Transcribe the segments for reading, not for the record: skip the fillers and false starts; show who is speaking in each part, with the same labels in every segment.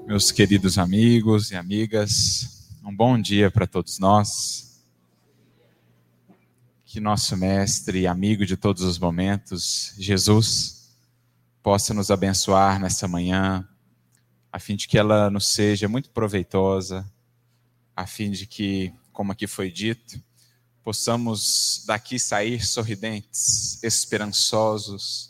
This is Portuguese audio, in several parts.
Speaker 1: Meus queridos amigos e amigas, um bom dia para todos nós. Que nosso mestre e amigo de todos os momentos, Jesus, possa nos abençoar nessa manhã, a fim de que ela nos seja muito proveitosa, a fim de que, como aqui foi dito, possamos daqui sair sorridentes, esperançosos,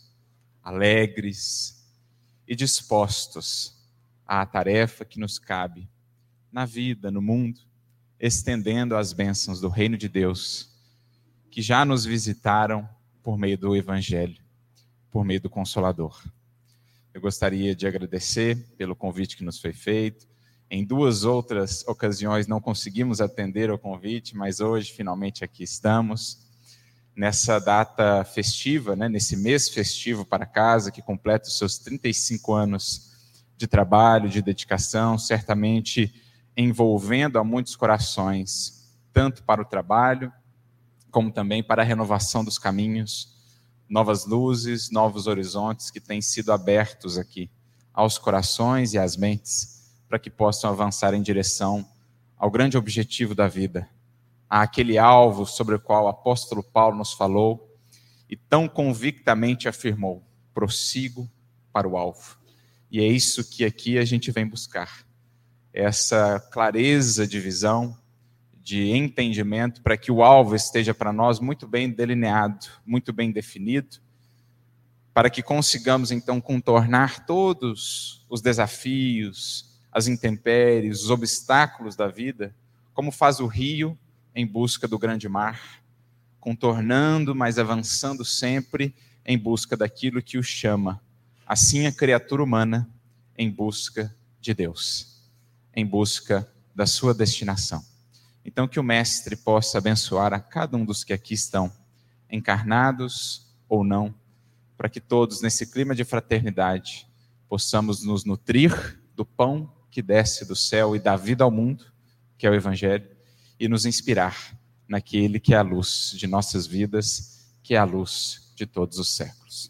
Speaker 1: alegres e dispostos à tarefa que nos cabe na vida, no mundo, estendendo as bênçãos do reino de Deus, que já nos visitaram por meio do Evangelho, por meio do Consolador. Eu gostaria de agradecer pelo convite que nos foi feito. Em duas outras ocasiões não conseguimos atender ao convite, mas hoje finalmente aqui estamos, nessa data festiva, nesse mês festivo para casa, que completa os seus 35 anos de trabalho, de dedicação, certamente envolvendo a muitos corações, tanto para o trabalho, como também para a renovação dos caminhos, novas luzes, novos horizontes que têm sido abertos aqui aos corações e às mentes, para que possam avançar em direção ao grande objetivo da vida, àquele alvo sobre o qual o apóstolo Paulo nos falou e tão convictamente afirmou: prossigo para o alvo. E é isso que aqui a gente vem buscar, essa clareza de visão, de entendimento, para que o alvo esteja para nós muito bem delineado, muito bem definido, para que consigamos então contornar todos os desafios, as intempéries, os obstáculos da vida, como faz o rio em busca do grande mar, contornando, mas avançando sempre em busca daquilo que o chama. Assim a criatura humana em busca de Deus, em busca da sua destinação. Então que o Mestre possa abençoar a cada um dos que aqui estão, encarnados ou não, para que todos nesse clima de fraternidade possamos nos nutrir do pão que desce do céu e dá vida ao mundo, que é o Evangelho, e nos inspirar naquele que é a luz de nossas vidas, que é a luz de todos os séculos.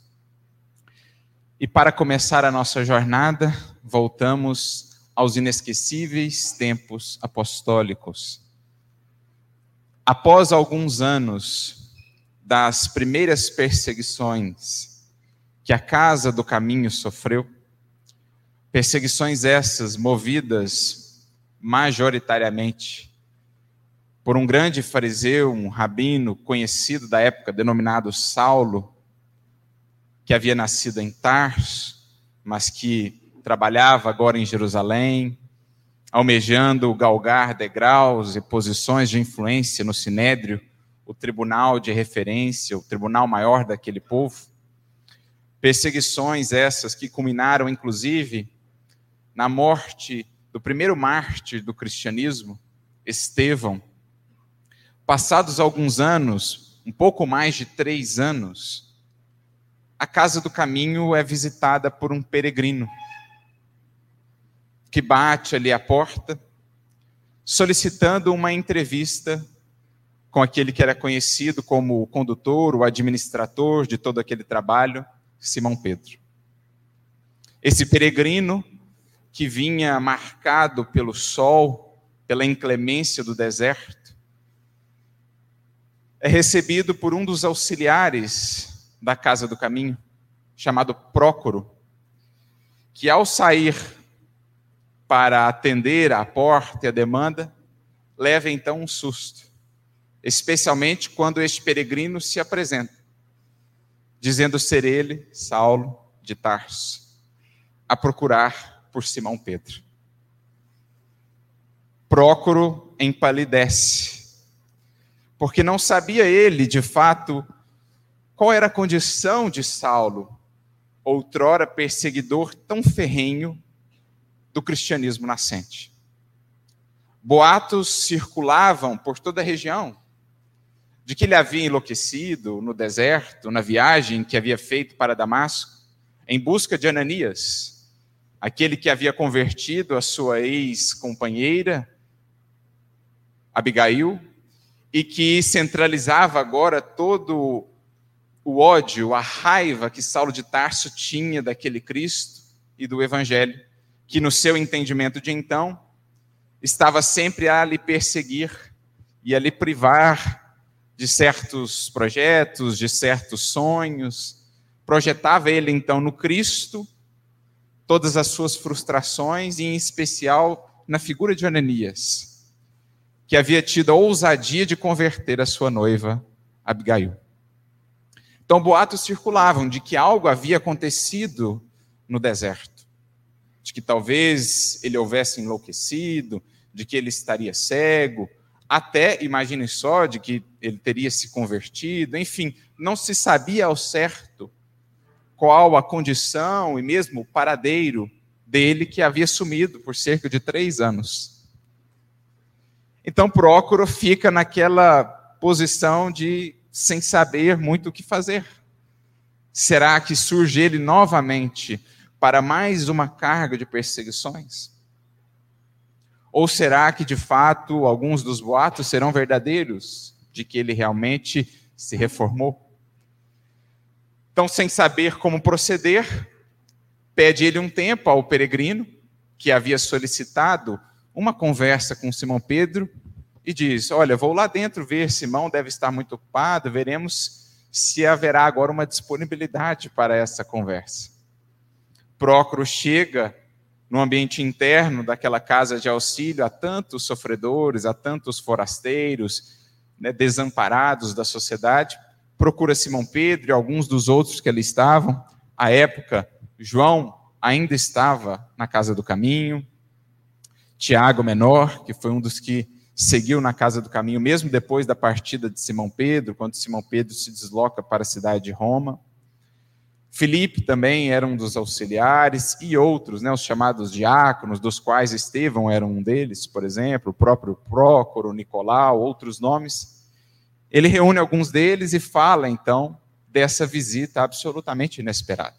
Speaker 1: E para começar a nossa jornada, voltamos aos inesquecíveis tempos apostólicos. Após alguns anos das primeiras perseguições que a Casa do Caminho sofreu, perseguições essas movidas majoritariamente por um grande fariseu, um rabino conhecido da época, denominado Saulo, que havia nascido em Tarso, mas que trabalhava agora em Jerusalém, almejando galgar degraus e posições de influência no Sinédrio, o tribunal de referência, o tribunal maior daquele povo. Perseguições essas que culminaram, inclusive, na morte do primeiro mártir do cristianismo, Estevão. Passados alguns anos, um pouco mais de 3 anos, a Casa do Caminho é visitada por um peregrino que bate ali à porta, solicitando uma entrevista com aquele que era conhecido como o condutor, o administrador de todo aquele trabalho, Simão Pedro. Esse peregrino, que vinha marcado pelo sol, pela inclemência do deserto, é recebido por um dos auxiliares da Casa do Caminho, chamado Prócoro, que ao sair para atender à porta e a demanda, leva então um susto, especialmente quando este peregrino se apresenta, dizendo ser ele, Saulo de Tarso, a procurar por Simão Pedro. Prócoro empalidece, porque não sabia ele, de fato, qual era a condição de Saulo, outrora perseguidor tão ferrenho do cristianismo nascente. Boatos circulavam por toda a região de que ele havia enlouquecido no deserto, na viagem que havia feito para Damasco, em busca de Ananias, aquele que havia convertido a sua ex-companheira, Abigail, e que centralizava agora todo o ódio, a raiva que Saulo de Tarso tinha daquele Cristo e do Evangelho, que no seu entendimento de então, estava sempre a lhe perseguir e a lhe privar de certos projetos, de certos sonhos. Projetava ele então no Cristo todas as suas frustrações, e em especial na figura de Ananias, que havia tido a ousadia de converter a sua noiva Abigail. Então boatos circulavam de que algo havia acontecido no deserto, de que talvez ele houvesse enlouquecido, de que ele estaria cego, até, imagine só, de que ele teria se convertido, enfim, não se sabia ao certo qual a condição e mesmo o paradeiro dele, que havia sumido por cerca de 3 anos. Então Prócoro fica naquela posição de sem saber muito o que fazer. Será que surge ele novamente para mais uma carga de perseguições? Ou será que, de fato, alguns dos boatos serão verdadeiros, de que ele realmente se reformou? Então, sem saber como proceder, pede ele um tempo ao peregrino, que havia solicitado uma conversa com Simão Pedro, e diz: olha, vou lá dentro ver, Simão deve estar muito ocupado, veremos se haverá agora uma disponibilidade para essa conversa. Prócoro chega no ambiente interno daquela casa de auxílio a tantos sofredores, a tantos forasteiros, desamparados da sociedade, procura Simão Pedro e alguns dos outros que ali estavam. À época, João ainda estava na casa do caminho, Tiago menor, que foi um dos que seguiu na casa do caminho, mesmo depois da partida de Simão Pedro, quando Simão Pedro se desloca para a cidade de Roma. Filipe também era um dos auxiliares, e outros, os chamados diáconos, dos quais Estevão era um deles, por exemplo, o próprio Prócoro, Nicolau, outros nomes. Ele reúne alguns deles e fala, então, dessa visita absolutamente inesperada.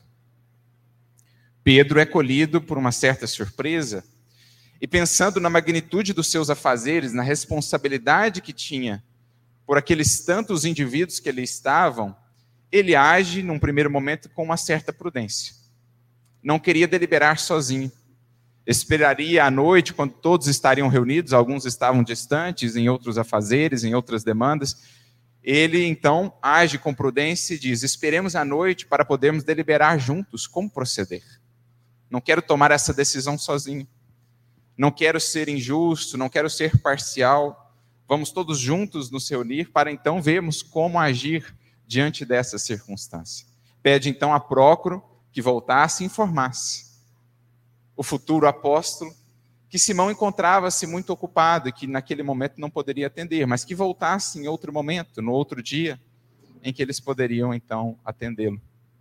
Speaker 1: Pedro é colhido por uma certa surpresa, e pensando na magnitude dos seus afazeres, na responsabilidade que tinha por aqueles tantos indivíduos que ali estavam, ele age, num primeiro momento, com uma certa prudência. Não queria deliberar sozinho. Esperaria à noite, quando todos estariam reunidos, alguns estavam distantes, em outros afazeres, em outras demandas. Ele, então, age com prudência e diz: esperemos à noite para podermos deliberar juntos como proceder. Não quero tomar essa decisão sozinho. Não quero ser injusto, não quero ser parcial. Vamos todos juntos nos reunir para então vermos como agir diante dessa circunstância. Pede então a Prócoro que voltasse e informasse o futuro apóstolo que Simão encontrava-se muito ocupado e que naquele momento não poderia atender, mas que voltasse em outro momento, no outro dia, em que eles poderiam então atendê-lo.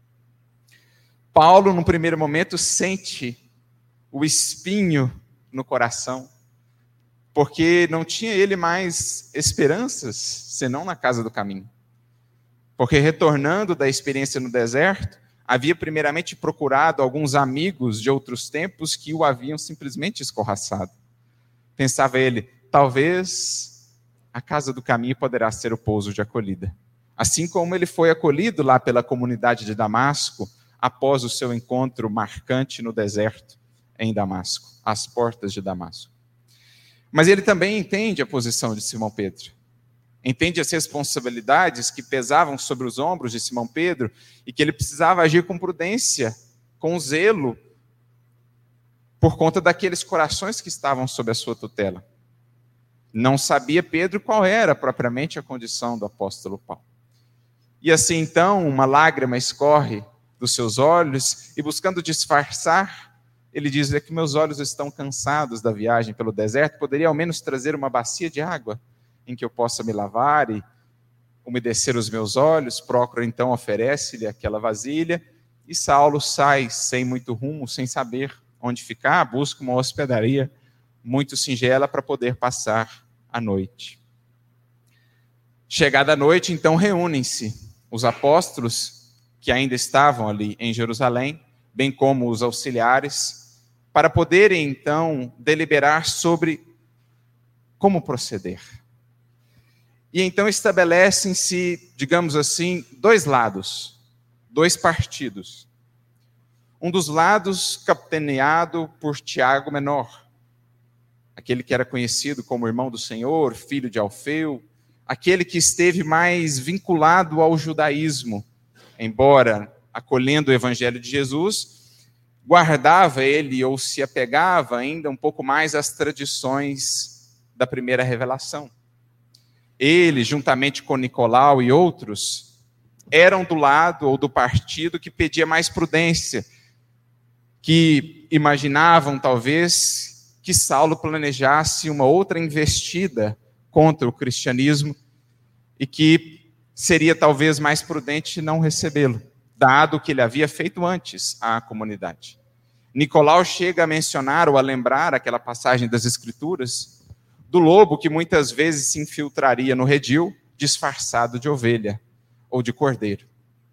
Speaker 1: Paulo, no primeiro momento, sente o espinho no coração, porque não tinha ele mais esperanças, senão na casa do caminho. Porque retornando da experiência no deserto, havia primeiramente procurado alguns amigos de outros tempos que o haviam simplesmente escorraçado. Pensava ele, talvez a casa do caminho poderá ser o pouso de acolhida. Assim como ele foi acolhido lá pela comunidade de Damasco, após o seu encontro marcante no deserto em Damasco, às portas de Damasco. Mas ele também entende a posição de Simão Pedro. Entende as responsabilidades que pesavam sobre os ombros de Simão Pedro e que ele precisava agir com prudência, com zelo, por conta daqueles corações que estavam sob a sua tutela. Não sabia Pedro qual era propriamente a condição do apóstolo Paulo. E assim então, uma lágrima escorre dos seus olhos e buscando disfarçar, ele diz: é que meus olhos estão cansados da viagem pelo deserto, poderia ao menos trazer uma bacia de água em que eu possa me lavar e umedecer os meus olhos. Prócoro então oferece-lhe aquela vasilha e Saulo sai sem muito rumo, sem saber onde ficar, busca uma hospedaria muito singela para poder passar a noite. Chegada a noite, então reúnem-se os apóstolos que ainda estavam ali em Jerusalém, bem como os auxiliares, para poderem então deliberar sobre como proceder. E então estabelecem-se, digamos assim, dois lados, dois partidos. um dos lados capitaneado por Tiago Menor, aquele que era conhecido como irmão do Senhor, filho de Alfeu, aquele que esteve mais vinculado ao judaísmo, embora acolhendo o evangelho de Jesus, guardava ele ou se apegava ainda um pouco mais às tradições da primeira revelação. Ele, juntamente com Nicolau e outros, eram do lado ou do partido que pedia mais prudência, que imaginavam talvez que Saulo planejasse uma outra investida contra o cristianismo e que seria talvez mais prudente não recebê-lo, dado o que ele havia feito antes à comunidade. Nicolau chega a mencionar ou a lembrar aquela passagem das Escrituras do lobo que muitas vezes se infiltraria no redil disfarçado de ovelha ou de cordeiro.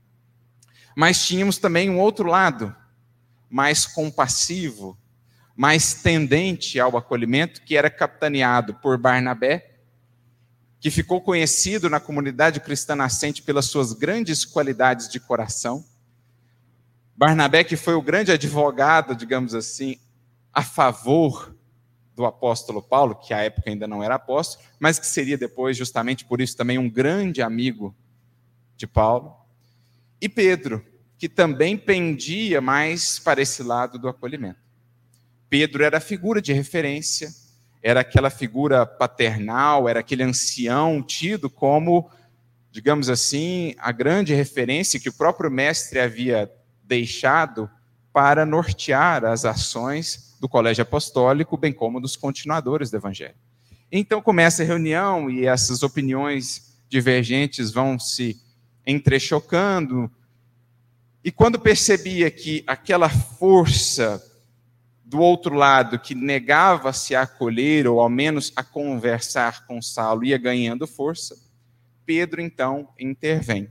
Speaker 1: Mas tínhamos também um outro lado, mais compassivo, mais tendente ao acolhimento, que era capitaneado por Barnabé, que ficou conhecido na comunidade cristã nascente pelas suas grandes qualidades de coração. Barnabé, que foi o grande advogado, digamos assim, a favor do apóstolo Paulo, que à época ainda não era apóstolo, mas que seria depois, justamente por isso, também um grande amigo de Paulo. E Pedro, que também pendia mais para esse lado do acolhimento. Pedro era a figura de referência, era aquela figura paternal, era aquele ancião tido como, digamos assim, a grande referência que o próprio mestre havia deixado para nortear as ações do colégio apostólico, bem como dos continuadores do evangelho. Então começa a reunião e essas opiniões divergentes vão se entrechocando, e quando percebia que aquela força do outro lado, que negava-se a acolher, ou ao menos a conversar com Saulo, ia ganhando força, Pedro então intervém.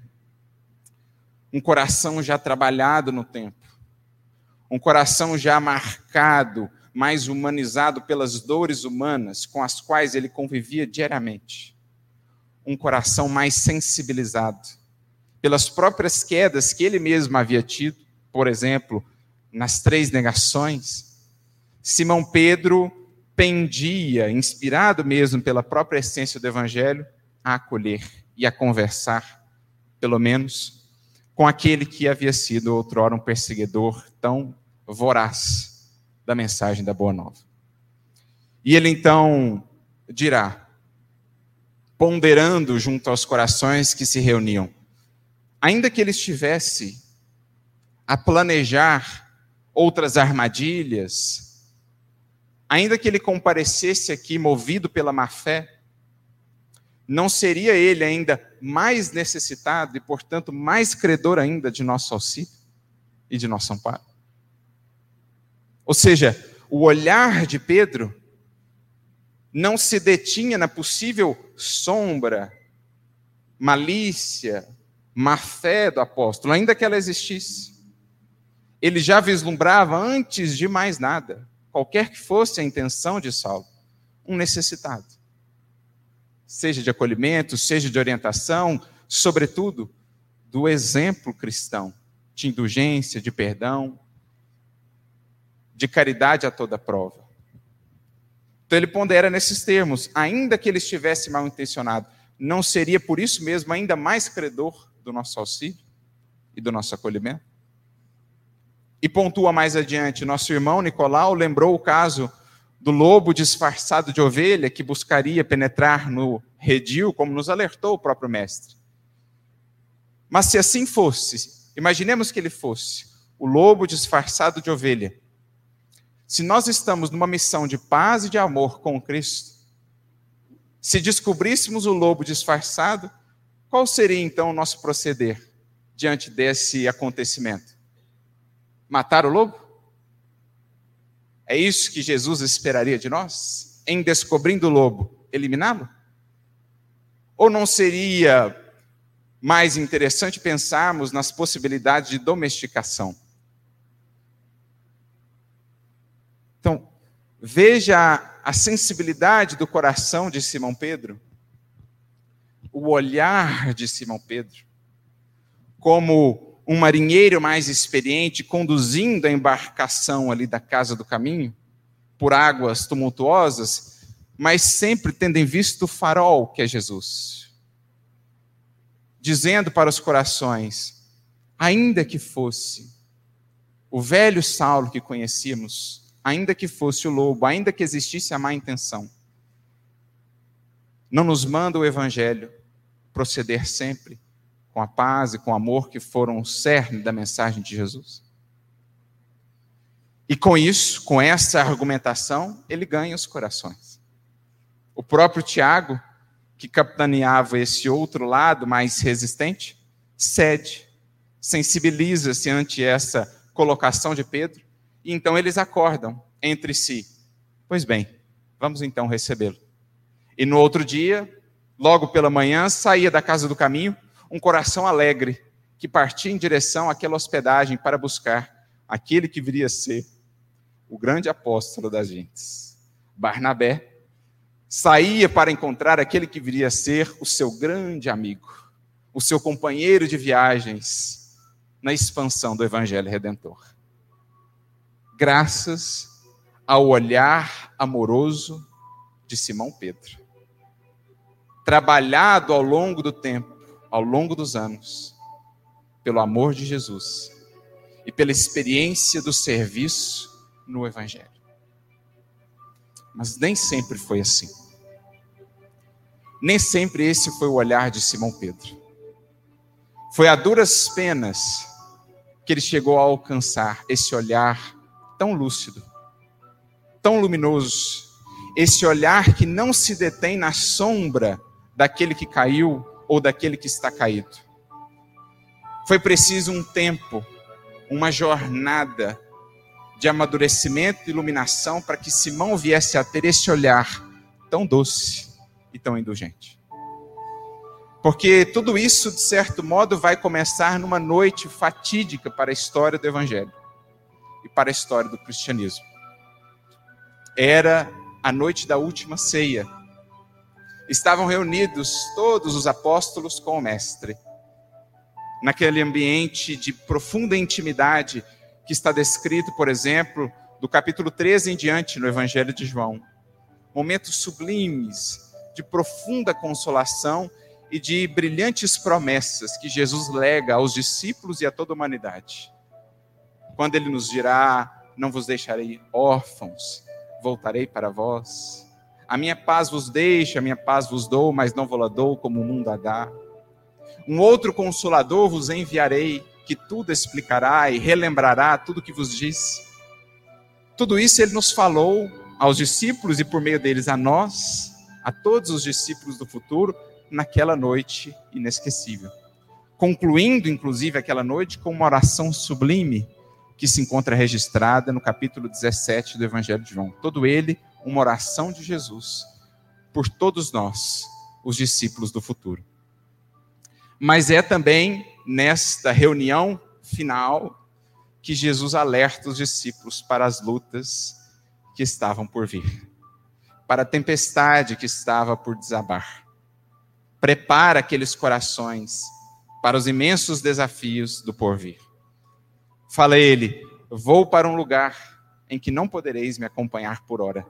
Speaker 1: Um coração já trabalhado no tempo, um coração já marcado, mais humanizado pelas dores humanas com as quais ele convivia diariamente. Um coração mais sensibilizado pelas próprias quedas que ele mesmo havia tido, por exemplo, nas 3 negações. Simão Pedro pendia, inspirado mesmo pela própria essência do evangelho, a acolher e a conversar, pelo menos, com aquele que havia sido outrora um perseguidor tão voraz da mensagem da Boa Nova. E ele então dirá, ponderando junto aos corações que se reuniam, ainda que ele estivesse a planejar outras armadilhas, ainda que ele comparecesse aqui movido pela má-fé, não seria ele ainda mais necessitado e, portanto, mais credor ainda de nosso auxílio e de nosso amparo? Ou seja, o olhar de Pedro não se detinha na possível sombra, malícia, má-fé do apóstolo, ainda que ela existisse. Ele já vislumbrava, antes de mais nada, qualquer que fosse a intenção de Saulo, um necessitado. Seja de acolhimento, seja de orientação, sobretudo, do exemplo cristão, de indulgência, de perdão, de caridade a toda prova. Então ele pondera nesses termos, ainda que ele estivesse mal intencionado, não seria por isso mesmo ainda mais credor do nosso auxílio e do nosso acolhimento? E pontua mais adiante, nosso irmão Nicolau lembrou o caso do lobo disfarçado de ovelha que buscaria penetrar no redil, como nos alertou o próprio mestre. Mas se assim fosse, imaginemos que ele fosse o lobo disfarçado de ovelha. Se nós estamos numa missão de paz e de amor com Cristo, se descobríssemos o lobo disfarçado, qual seria então o nosso proceder diante desse acontecimento? Matar o lobo? É isso que Jesus esperaria de nós? Em descobrindo o lobo, eliminá-lo? Ou não seria mais interessante pensarmos nas possibilidades de domesticação? Então, veja a sensibilidade do coração de Simão Pedro, o olhar de Simão Pedro, como um marinheiro mais experiente conduzindo a embarcação ali da casa do caminho, por águas tumultuosas, mas sempre tendo em vista o farol que é Jesus, dizendo para os corações, ainda que fosse o velho Saulo que conhecíamos, ainda que fosse o lobo, ainda que existisse a má intenção, não nos manda o Evangelho proceder sempre com a paz e com o amor que foram o cerne da mensagem de Jesus? E com isso, com essa argumentação, ele ganha os corações. O próprio Tiago, que capitaneava esse outro lado mais resistente, cede, sensibiliza-se ante essa colocação de Pedro, e então eles acordam entre si. Pois bem, vamos então recebê-lo. E no outro dia, logo pela manhã, saía da casa do caminho um coração alegre, que partia em direção àquela hospedagem para buscar aquele que viria a ser o grande apóstolo das gentes. Barnabé saía para encontrar aquele que viria a ser o seu grande amigo, o seu companheiro de viagens na expansão do Evangelho Redentor. Graças ao olhar amoroso de Simão Pedro, trabalhado ao longo do tempo, ao longo dos anos, pelo amor de Jesus e pela experiência do serviço no Evangelho. Mas nem sempre foi assim. Nem sempre esse foi o olhar de Simão Pedro. Foi a duras penas que ele chegou a alcançar esse olhar tão lúcido, tão luminoso, esse olhar que não se detém na sombra daquele que caiu ou daquele que está caído. Foi preciso um tempo, uma jornada de amadurecimento e iluminação para que Simão viesse a ter esse olhar tão doce e tão indulgente. Porque tudo isso, de certo modo, vai começar numa noite fatídica para a história do Evangelho e para a história do cristianismo. Era a noite da última ceia. Estavam reunidos todos os apóstolos com o Mestre, naquele ambiente de profunda intimidade que está descrito, por exemplo, do capítulo 13 em diante no Evangelho de João. Momentos sublimes, de profunda consolação e de brilhantes promessas que Jesus lega aos discípulos e a toda a humanidade. Quando ele nos dirá, não vos deixarei órfãos, voltarei para vós. A minha paz vos deixo, a minha paz vos dou, mas não vou-la dou como o mundo a dá. Um outro Consolador vos enviarei, que tudo explicará e relembrará tudo o que vos disse. Tudo isso ele nos falou aos discípulos e por meio deles a nós, a todos os discípulos do futuro, naquela noite inesquecível. Concluindo, inclusive, aquela noite com uma oração sublime que se encontra registrada no capítulo 17 do Evangelho de João. Todo ele, uma oração de Jesus por todos nós, os discípulos do futuro. Mas é também nesta reunião final que Jesus alerta os discípulos para as lutas que estavam por vir, para a tempestade que estava por desabar. Prepara aqueles corações para os imensos desafios do porvir. Fala ele, vou para um lugar em que não podereis me acompanhar por hora.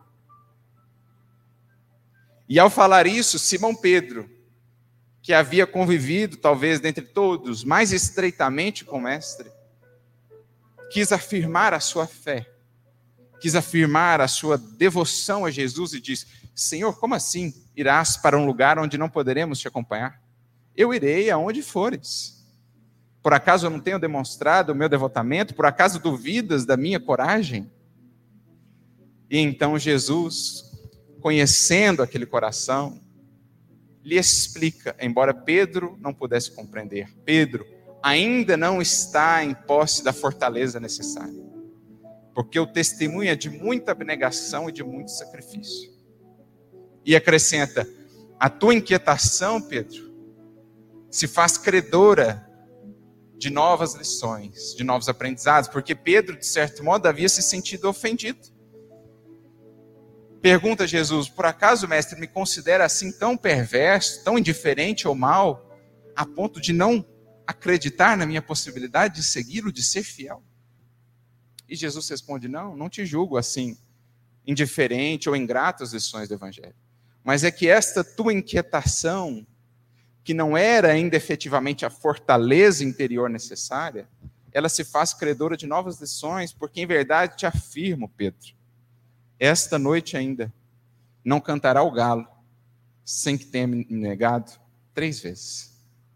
Speaker 1: E ao falar isso, Simão Pedro, que havia convivido, talvez dentre todos, mais estreitamente com o Mestre, quis afirmar a sua fé, quis afirmar a sua devoção a Jesus e disse, Senhor, como assim irás para um lugar onde não poderemos te acompanhar? Eu irei aonde fores. Por acaso eu não tenho demonstrado o meu devotamento? Por acaso duvidas da minha coragem? E então Jesus, conhecendo aquele coração, lhe explica, embora Pedro não pudesse compreender. Pedro ainda não está em posse da fortaleza necessária, porque o testemunho é de muita abnegação e de muito sacrifício. E acrescenta, a tua inquietação, Pedro, se faz credora de novas lições, de novos aprendizados, porque Pedro, de certo modo, havia se sentido ofendido. Pergunta Jesus, por acaso, mestre, me considera assim tão perverso, tão indiferente ou mau, a ponto de não acreditar na minha possibilidade de segui-lo, de ser fiel? E Jesus responde, não te julgo assim, indiferente ou ingrato às lições do Evangelho. Mas é que esta tua inquietação, que não era ainda efetivamente a fortaleza interior necessária, ela se faz credora de novas lições, porque em verdade te afirmo, Pedro, esta noite ainda não cantará o galo, sem que tenha me negado 3 vezes.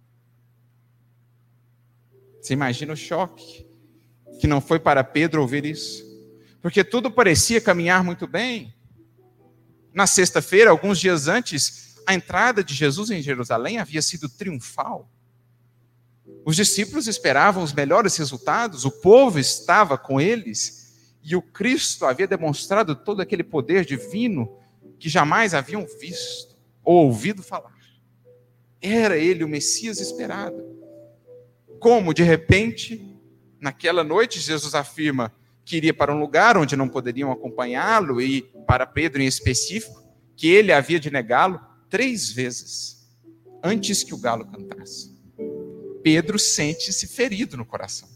Speaker 1: Você imagina o choque que não foi para Pedro ouvir isso, porque tudo parecia caminhar muito bem. Na sexta-feira, alguns dias antes, a entrada de Jesus em Jerusalém havia sido triunfal. Os discípulos esperavam os melhores resultados, o povo estava com eles, e o Cristo havia demonstrado todo aquele poder divino que jamais haviam visto ou ouvido falar. Era ele o Messias esperado. Como, de repente, naquela noite, Jesus afirma que iria para um lugar onde não poderiam acompanhá-lo, e para Pedro em específico, que ele havia de negá-lo 3 vezes, antes que o galo cantasse. Pedro sente-se ferido no coração.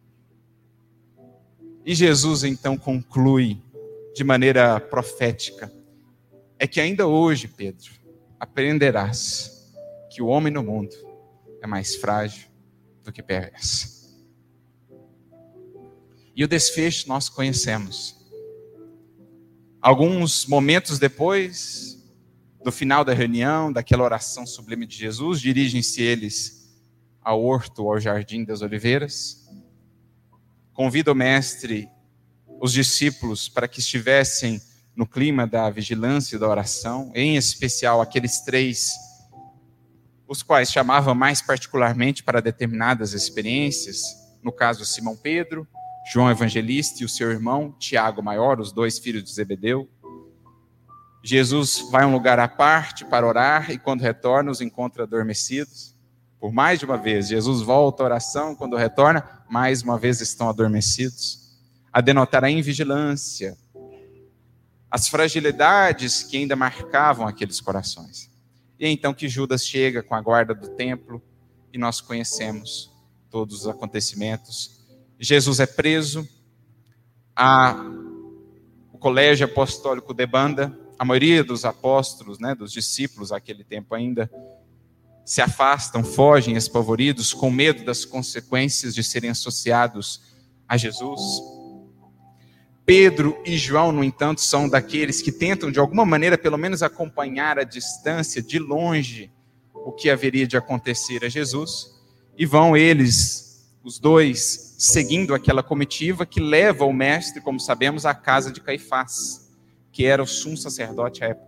Speaker 1: E Jesus então conclui de maneira profética, é que ainda hoje, Pedro, aprenderás que o homem no mundo é mais frágil do que perverso. E o desfecho nós conhecemos. Alguns momentos depois do final da reunião, daquela oração sublime de Jesus, dirigem-se eles ao horto, ao jardim das oliveiras. Convida o mestre, os discípulos, para que estivessem no clima da vigilância e da oração, em especial aqueles 3, os quais chamavam mais particularmente para determinadas experiências, no caso Simão Pedro, João Evangelista e o seu irmão, Tiago Maior, os 2 filhos de Zebedeu. Jesus vai a um lugar à parte para orar e quando retorna os encontra adormecidos. Por mais de uma vez, Jesus volta à oração, quando retorna, mais uma vez estão adormecidos. A denotar a invigilância, as fragilidades que ainda marcavam aqueles corações. E é então que Judas chega com a guarda do templo e nós conhecemos todos os acontecimentos. Jesus é preso, o colégio apostólico debanda, a maioria dos apóstolos, dos discípulos naquele tempo ainda, se afastam, fogem espavoridos, com medo das consequências de serem associados a Jesus. Pedro e João, no entanto, são daqueles que tentam, de alguma maneira, pelo menos acompanhar à distância, de longe, o que haveria de acontecer a Jesus, e vão eles, os 2, seguindo aquela comitiva que leva o mestre, como sabemos, à casa de Caifás, que era o sumo sacerdote à época.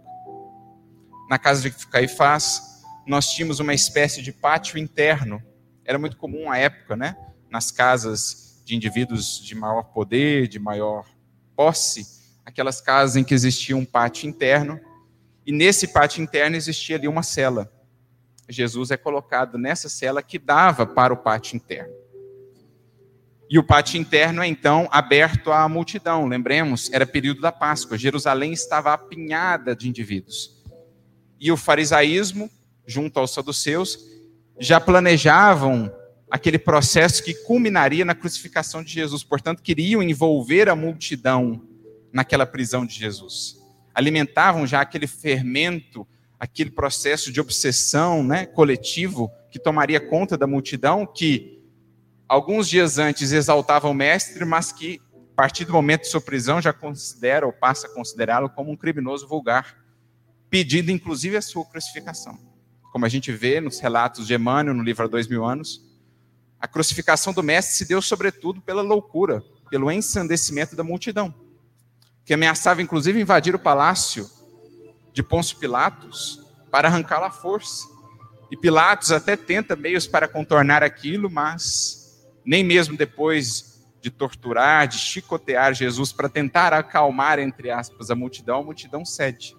Speaker 1: Na casa de Caifás, nós tínhamos uma espécie de pátio interno. Era muito comum à época, nas casas de indivíduos de maior poder, de maior posse, aquelas casas em que existia um pátio interno, e nesse pátio interno existia ali uma cela. Jesus é colocado nessa cela que dava para o pátio interno. E o pátio interno é então aberto à multidão. Lembremos, era período da Páscoa, Jerusalém estava apinhada de indivíduos. E o farisaísmo, junto aos saduceus, já planejavam aquele processo que culminaria na crucificação de Jesus. Portanto, queriam envolver a multidão naquela prisão de Jesus. Alimentavam já aquele fermento, aquele processo de obsessão coletivo que tomaria conta da multidão, que alguns dias antes exaltava o mestre, mas que, a partir do momento de sua prisão, já considera ou passa a considerá-lo como um criminoso vulgar, pedindo inclusive a sua crucificação. Como a gente vê nos relatos de Emmanuel, no livro Há 2000 anos, a crucificação do mestre se deu sobretudo pela loucura, pelo ensandecimento da multidão, que ameaçava inclusive invadir o palácio de Pôncio Pilatos para arrancá-lo à força. E Pilatos até tenta meios para contornar aquilo, mas nem mesmo depois de torturar, de chicotear Jesus para tentar acalmar, entre aspas, a multidão cede.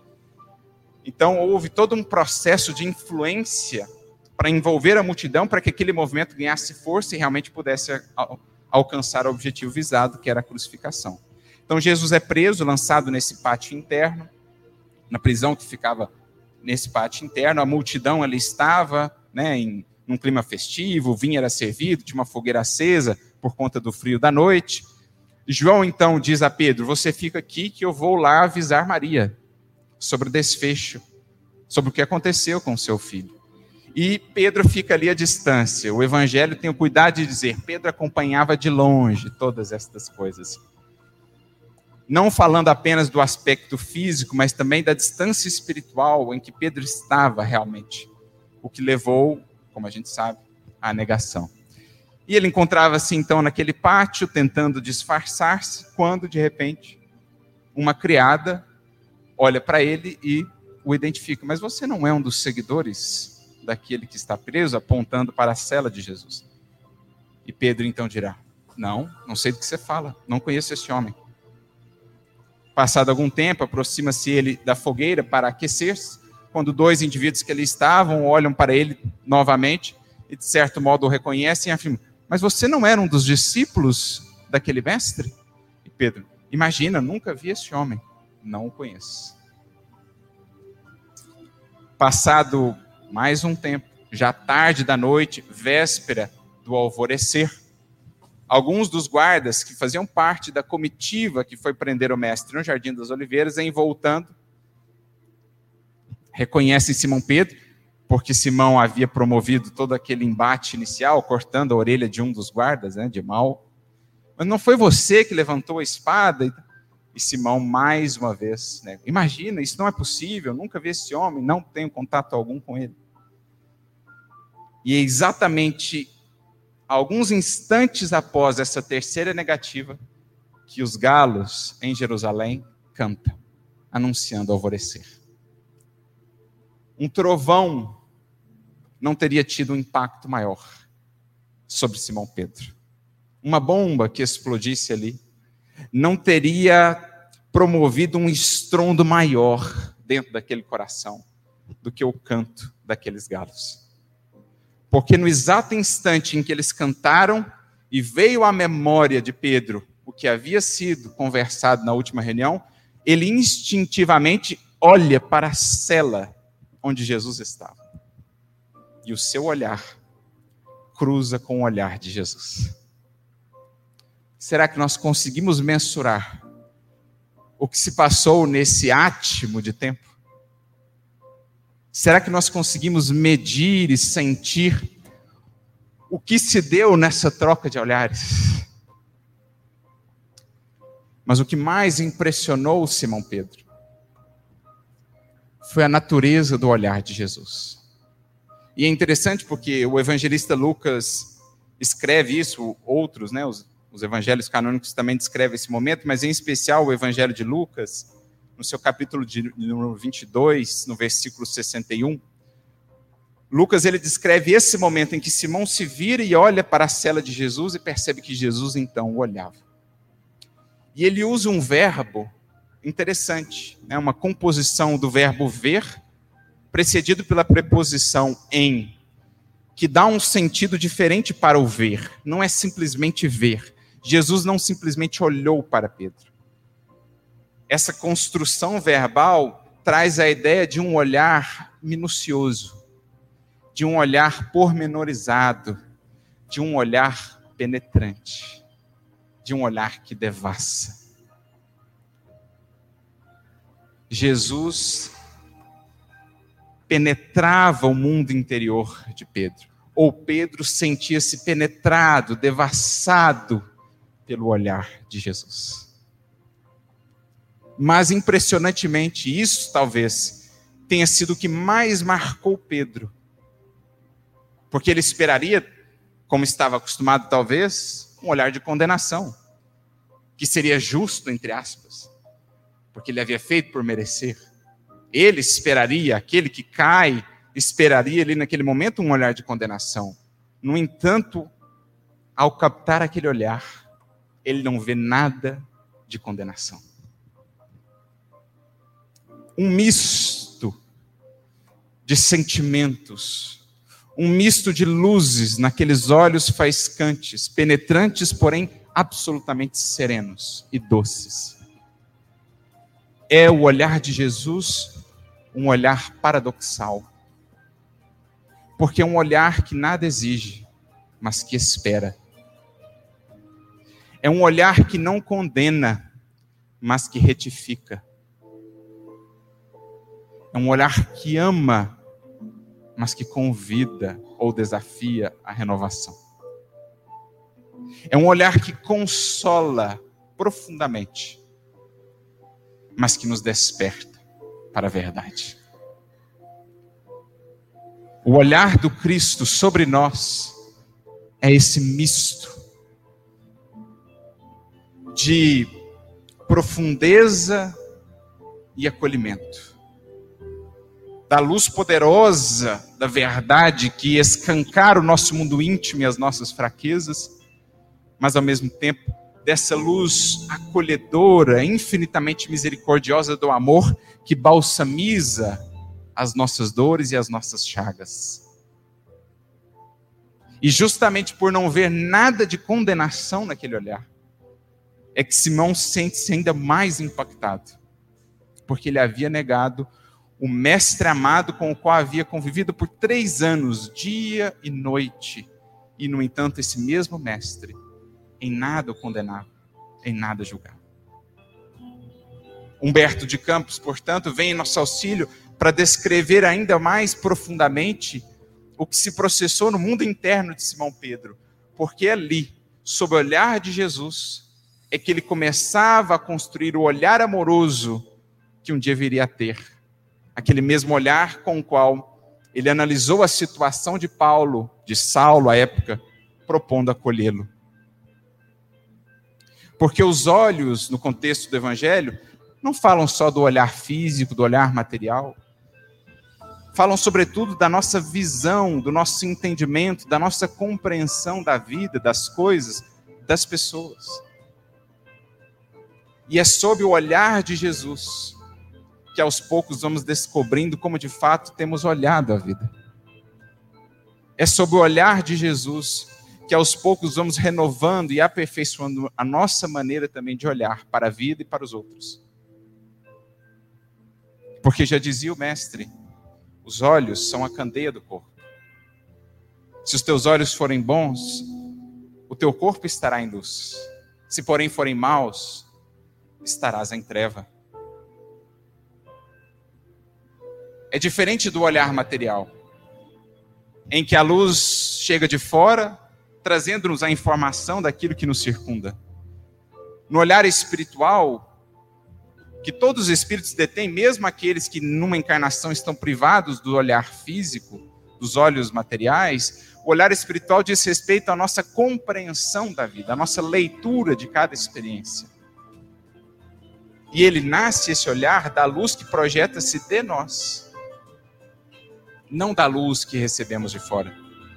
Speaker 1: Então houve todo um processo de influência para envolver a multidão, para que aquele movimento ganhasse força e realmente pudesse alcançar o objetivo visado, que era a crucificação. Então Jesus é preso, lançado nesse pátio interno, na prisão que ficava nesse pátio interno. A multidão ali estava, em num clima festivo, o vinho era servido, tinha uma fogueira acesa por conta do frio da noite. João então diz a Pedro: você fica aqui que eu vou lá avisar Maria sobre o desfecho, sobre o que aconteceu com o seu filho. E Pedro fica ali à distância. O Evangelho tem o cuidado de dizer, Pedro acompanhava de longe todas estas coisas. Não falando apenas do aspecto físico, mas também da distância espiritual em que Pedro estava realmente. O que levou, como a gente sabe, à negação. E ele encontrava-se então naquele pátio, tentando disfarçar-se, quando de repente uma criada olha para ele e o identifica. Mas você não é um dos seguidores daquele que está preso, apontando para a cela de Jesus? E Pedro então dirá: não sei do que você fala, não conheço esse homem. Passado algum tempo, aproxima-se ele da fogueira para aquecer-se, quando dois indivíduos que ali estavam olham para ele novamente e de certo modo o reconhecem e afirmam: mas você não era um dos discípulos daquele mestre? E Pedro: imagina, nunca vi esse homem, não o conheço. Passado mais um tempo, já tarde da noite, véspera do alvorecer, alguns dos guardas que faziam parte da comitiva que foi prender o mestre no Jardim das Oliveiras, em voltando, reconhecem Simão Pedro, porque Simão havia promovido todo aquele embate inicial, cortando a orelha de um dos guardas, de mal. Mas não foi você que levantou a espada? E Simão, mais uma vez, imagina, isso não é possível, nunca vi esse homem, não tenho contato algum com ele. E é exatamente alguns instantes após essa terceira negativa que os galos em Jerusalém cantam, anunciando o alvorecer. Um trovão não teria tido um impacto maior sobre Simão Pedro. Uma bomba que explodisse ali não teria promovido um estrondo maior dentro daquele coração do que o canto daqueles galos. Porque no exato instante em que eles cantaram e veio à memória de Pedro o que havia sido conversado na última reunião, ele instintivamente olha para a cela onde Jesus estava. E o seu olhar cruza com o olhar de Jesus. Será que nós conseguimos mensurar o que se passou nesse átimo de tempo? Será que nós conseguimos medir e sentir o que se deu nessa troca de olhares? Mas o que mais impressionou Simão Pedro foi a natureza do olhar de Jesus. E é interessante porque o evangelista Lucas escreve isso, outros, os evangelhos canônicos também descrevem esse momento, mas em especial o evangelho de Lucas, no seu capítulo de número 22, no versículo 61, Lucas ele descreve esse momento em que Simão se vira e olha para a cela de Jesus e percebe que Jesus então o olhava. E ele usa um verbo interessante, uma composição do verbo ver, precedido pela preposição em, que dá um sentido diferente para o ver. Não é simplesmente ver. Jesus não simplesmente olhou para Pedro. Essa construção verbal traz a ideia de um olhar minucioso, de um olhar pormenorizado, de um olhar penetrante, de um olhar que devassa. Jesus penetrava o mundo interior de Pedro, ou Pedro sentia-se penetrado, devassado pelo olhar de Jesus. Mas impressionantemente, isso talvez tenha sido o que mais marcou Pedro, porque ele esperaria, como estava acostumado talvez, um olhar de condenação, que seria justo, entre aspas, porque ele havia feito por merecer. Ele esperaria, aquele que cai, esperaria ali naquele momento um olhar de condenação. No entanto, ao captar aquele olhar, ele não vê nada de condenação. Um misto de sentimentos, um misto de luzes naqueles olhos faiscantes, penetrantes, porém absolutamente serenos e doces. É o olhar de Jesus um olhar paradoxal. Porque é um olhar que nada exige, mas que espera. É um olhar que não condena, mas que retifica. É um olhar que ama, mas que convida ou desafia a renovação. É um olhar que consola profundamente, mas que nos desperta para a verdade. O olhar do Cristo sobre nós é esse misto de profundeza e acolhimento. Da luz poderosa da verdade que escancara o nosso mundo íntimo e as nossas fraquezas, mas ao mesmo tempo dessa luz acolhedora, infinitamente misericordiosa do amor que balsamiza as nossas dores e as nossas chagas. E justamente por não ver nada de condenação naquele olhar, é que Simão sente-se ainda mais impactado, porque ele havia negado o mestre amado com o qual havia convivido por 3 anos, dia e noite. E, no entanto, esse mesmo mestre em nada o condenava, em nada julgava. Humberto de Campos, portanto, vem em nosso auxílio para descrever ainda mais profundamente o que se processou no mundo interno de Simão Pedro. Porque ali, sob o olhar de Jesus, é que ele começava a construir o olhar amoroso que um dia viria a ter. Aquele mesmo olhar com o qual ele analisou a situação de Paulo, de Saulo à época, propondo acolhê-lo. Porque os olhos, no contexto do Evangelho, não falam só do olhar físico, do olhar material. Falam sobretudo da nossa visão, do nosso entendimento, da nossa compreensão da vida, das coisas, das pessoas. E é sob o olhar de Jesus que aos poucos vamos descobrindo como de fato temos olhado a vida. É sob o olhar de Jesus que aos poucos vamos renovando e aperfeiçoando a nossa maneira também de olhar para a vida e para os outros. Porque já dizia o mestre, os olhos são a candeia do corpo. Se os teus olhos forem bons, o teu corpo estará em luz. Se porém forem maus, estarás em treva. É diferente do olhar material, em que a luz chega de fora, trazendo-nos a informação daquilo que nos circunda. No olhar espiritual, que todos os espíritos detêm, mesmo aqueles que numa encarnação estão privados do olhar físico, dos olhos materiais, o olhar espiritual diz respeito à nossa compreensão da vida, à nossa leitura de cada experiência. E ele nasce, esse olhar, da luz que projeta-se de nós, não da luz que recebemos de fora.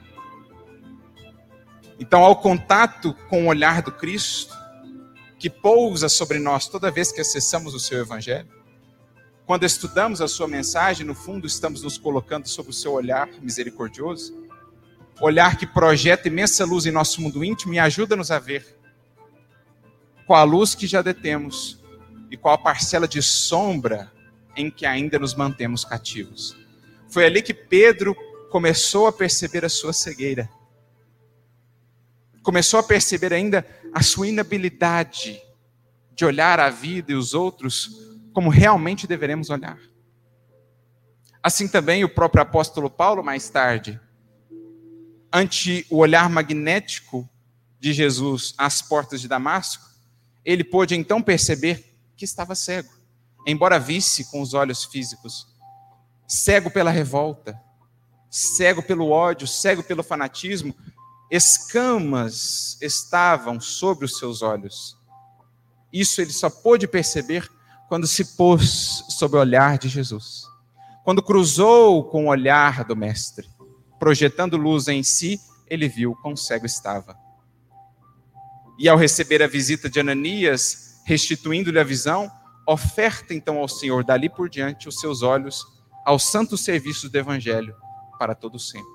Speaker 1: Então, ao contato com o olhar do Cristo, que pousa sobre nós toda vez que acessamos o seu Evangelho, quando estudamos a sua mensagem, no fundo estamos nos colocando sob o seu olhar misericordioso, olhar que projeta imensa luz em nosso mundo íntimo e ajuda-nos a ver qual a luz que já detemos e qual a parcela de sombra em que ainda nos mantemos cativos. Foi ali que Pedro começou a perceber a sua cegueira. Começou a perceber ainda a sua inabilidade de olhar a vida e os outros como realmente deveremos olhar. Assim também o próprio apóstolo Paulo, mais tarde, ante o olhar magnético de Jesus às portas de Damasco, ele pôde então perceber que estava cego, embora visse com os olhos físicos. Cego pela revolta, cego pelo ódio, cego pelo fanatismo, escamas estavam sobre os seus olhos. Isso ele só pôde perceber quando se pôs sob o olhar de Jesus. Quando cruzou com o olhar do Mestre, projetando luz em si, ele viu quão cego estava. E ao receber a visita de Ananias, restituindo-lhe a visão, oferta então ao Senhor, dali por diante, os seus olhos aos santos serviços do Evangelho, para todo sempre.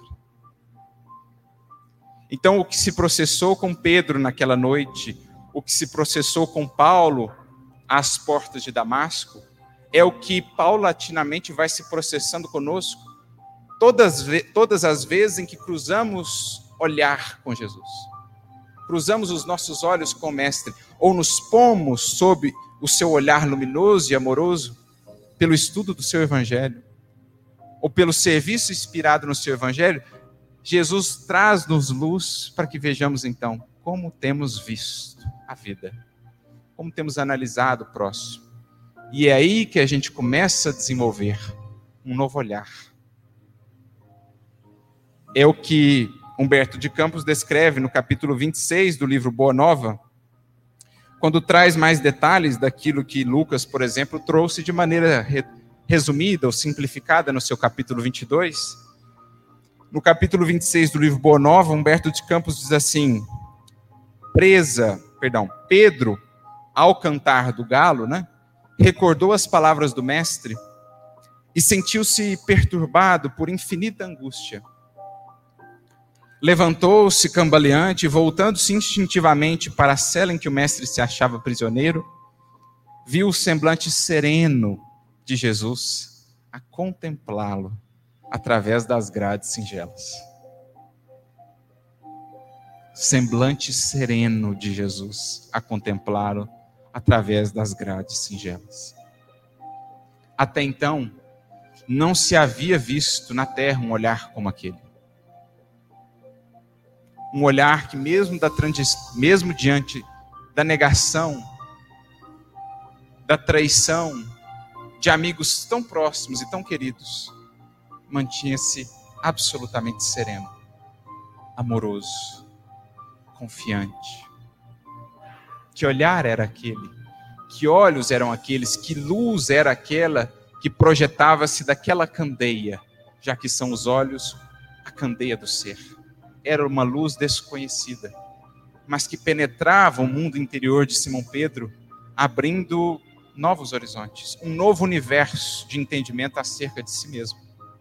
Speaker 1: Então, o que se processou com Pedro naquela noite, o que se processou com Paulo às portas de Damasco, é o que paulatinamente vai se processando conosco todas as vezes em que cruzamos olhar com Jesus, cruzamos os nossos olhos com o Mestre, ou nos pomos sob o seu olhar luminoso e amoroso, pelo estudo do seu Evangelho, ou pelo serviço inspirado no seu Evangelho, Jesus traz-nos luz para que vejamos então como temos visto a vida, como temos analisado o próximo. E é aí que a gente começa a desenvolver um novo olhar. É o que Humberto de Campos descreve no capítulo 26 do livro Boa Nova, quando traz mais detalhes daquilo que Lucas, por exemplo, trouxe de maneira resumida ou simplificada no seu capítulo 22. No capítulo 26 do livro Boa Nova, Humberto de Campos diz assim: Pedro, ao cantar do galo, recordou as palavras do mestre e sentiu-se perturbado por infinita angústia. Levantou-se cambaleante e, voltando-se instintivamente para a cela em que o mestre se achava prisioneiro, viu o semblante sereno de Jesus a contemplá-lo através das grades singelas. Semblante sereno de Jesus a contemplá-lo através das grades singelas. Até então, não se havia visto na terra um olhar como aquele. Um olhar que mesmo diante da negação, da traição, de amigos tão próximos e tão queridos, mantinha-se absolutamente sereno, amoroso, confiante. Que olhar era aquele? Que olhos eram aqueles? Que luz era aquela que projetava-se daquela candeia, já que são os olhos a candeia do ser? Era uma luz desconhecida, mas que penetrava o mundo interior de Simão Pedro, abrindo novos horizontes, um novo universo de entendimento acerca de si mesmo.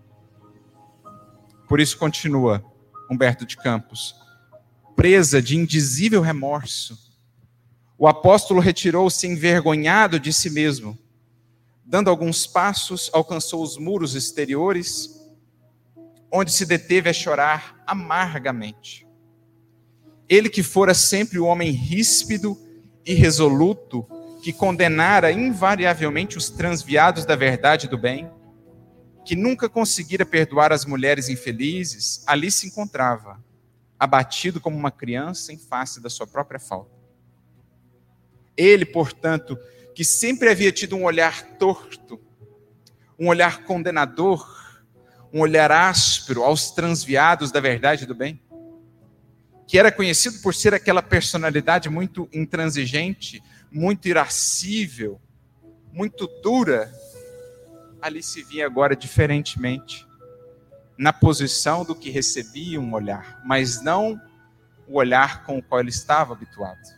Speaker 1: Por isso continua Humberto de Campos: presa de indizível remorso, o apóstolo retirou-se envergonhado de si mesmo. Dando alguns passos, alcançou os muros exteriores, onde se deteve a chorar amargamente. Ele que fora sempre o homem ríspido e resoluto, que condenara invariavelmente os transviados da verdade e do bem, que nunca conseguira perdoar as mulheres infelizes, ali se encontrava, abatido como uma criança em face da sua própria falta. Ele, portanto, que sempre havia tido um olhar torto, um olhar condenador, um olhar áspero aos transviados da verdade e do bem, que era conhecido por ser aquela personalidade muito intransigente, muito irascível, muito dura, ali se via agora diferentemente, na posição do que recebia um olhar, mas não o olhar com o qual ele estava habituado.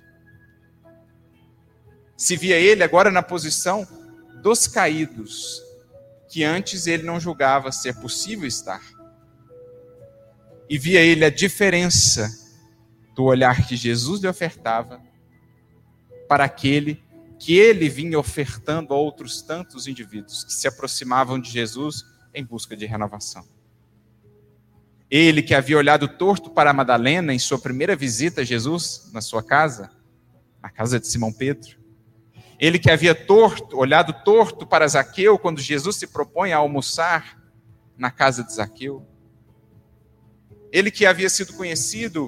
Speaker 1: Se via ele agora na posição dos caídos, que antes ele não julgava ser possível estar. E via ele a diferença do olhar que Jesus lhe ofertava para aquele que ele vinha ofertando a outros tantos indivíduos que se aproximavam de Jesus em busca de renovação. Ele que havia olhado torto para Madalena em sua primeira visita a Jesus na sua casa, na casa de Simão Pedro. Ele que havia olhado torto para Zaqueu quando Jesus se propõe a almoçar na casa de Zaqueu. Ele que havia sido conhecido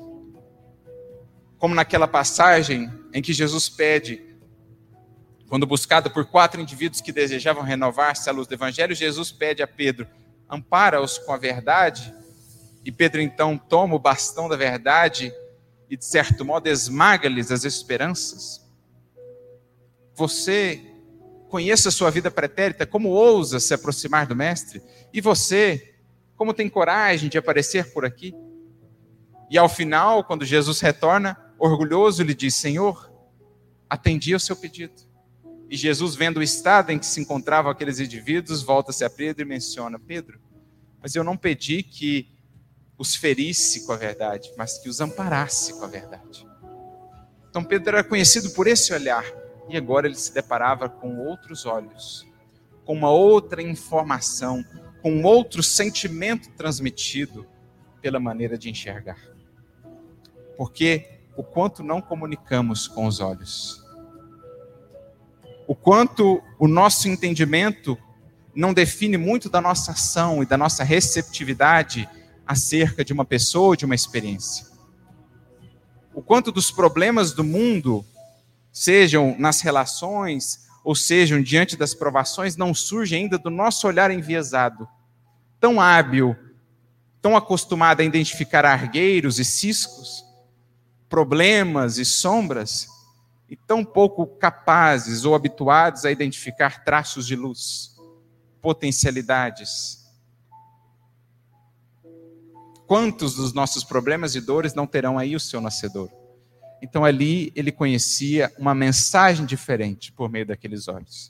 Speaker 1: como naquela passagem em que Jesus pede, quando buscado por 4 indivíduos que desejavam renovar-se à luz do Evangelho, Jesus pede a Pedro: ampara-os com a verdade. E Pedro então toma o bastão da verdade e, de certo modo, esmaga-lhes as esperanças. Você conhece a sua vida pretérita, como ousa se aproximar do Mestre? E você, como tem coragem de aparecer por aqui? E ao final, quando Jesus retorna, orgulhoso, lhe diz: Senhor, atendi ao seu pedido. E Jesus, vendo o estado em que se encontravam aqueles indivíduos, volta-se a Pedro e menciona: Pedro, mas eu não pedi que os ferisse com a verdade, mas que os amparasse com a verdade. Então Pedro era conhecido por esse olhar, e agora ele se deparava com outros olhos, com uma outra informação, com outro sentimento transmitido pela maneira de enxergar. Porque o quanto não comunicamos com os olhos, o quanto o nosso entendimento não define muito da nossa ação e da nossa receptividade acerca de uma pessoa ou de uma experiência. O quanto dos problemas do mundo, sejam nas relações ou sejam diante das provações, não surge ainda do nosso olhar enviesado, tão hábil, tão acostumado a identificar argueiros e ciscos, problemas e sombras, e tão pouco capazes ou habituados a identificar traços de luz, potencialidades. Quantos dos nossos problemas e dores não terão aí o seu nascedor? Então ali ele conhecia uma mensagem diferente por meio daqueles olhos.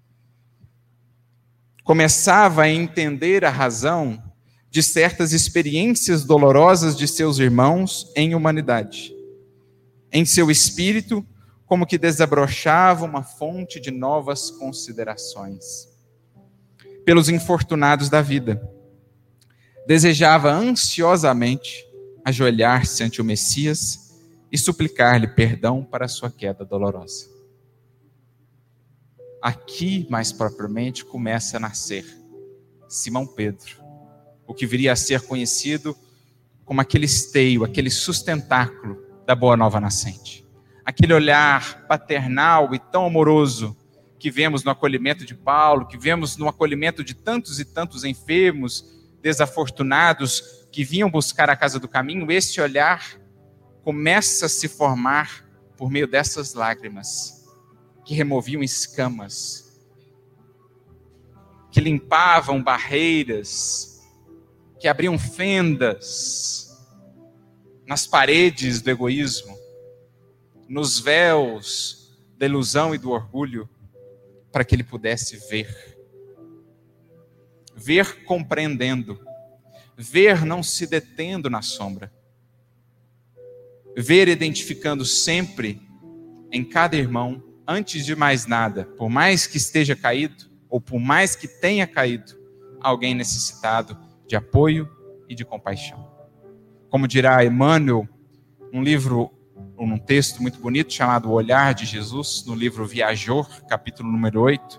Speaker 1: Começava a entender a razão de certas experiências dolorosas de seus irmãos em humanidade. Em seu espírito, como que desabrochava uma fonte de novas considerações. Pelos infortunados da vida, desejava ansiosamente ajoelhar-se ante o Messias e suplicar-lhe perdão para a sua queda dolorosa. Aqui, mais propriamente, começa a nascer Simão Pedro, o que viria a ser conhecido como aquele esteio, aquele sustentáculo da Boa Nova Nascente. Aquele olhar paternal e tão amoroso que vemos no acolhimento de Paulo, que vemos no acolhimento de tantos e tantos enfermos, desafortunados, que vinham buscar a casa do caminho. Esse olhar começa a se formar por meio dessas lágrimas, que removiam escamas, que limpavam barreiras, que abriam fendas nas paredes do egoísmo, nos véus da ilusão e do orgulho, para que ele pudesse ver. Ver compreendendo, ver não se detendo na sombra, ver identificando sempre em cada irmão, antes de mais nada, por mais que esteja caído, ou por mais que tenha caído, alguém necessitado de apoio e de compaixão. Como dirá Emmanuel, num texto muito bonito chamado O Olhar de Jesus, no livro Viajor, capítulo número 8,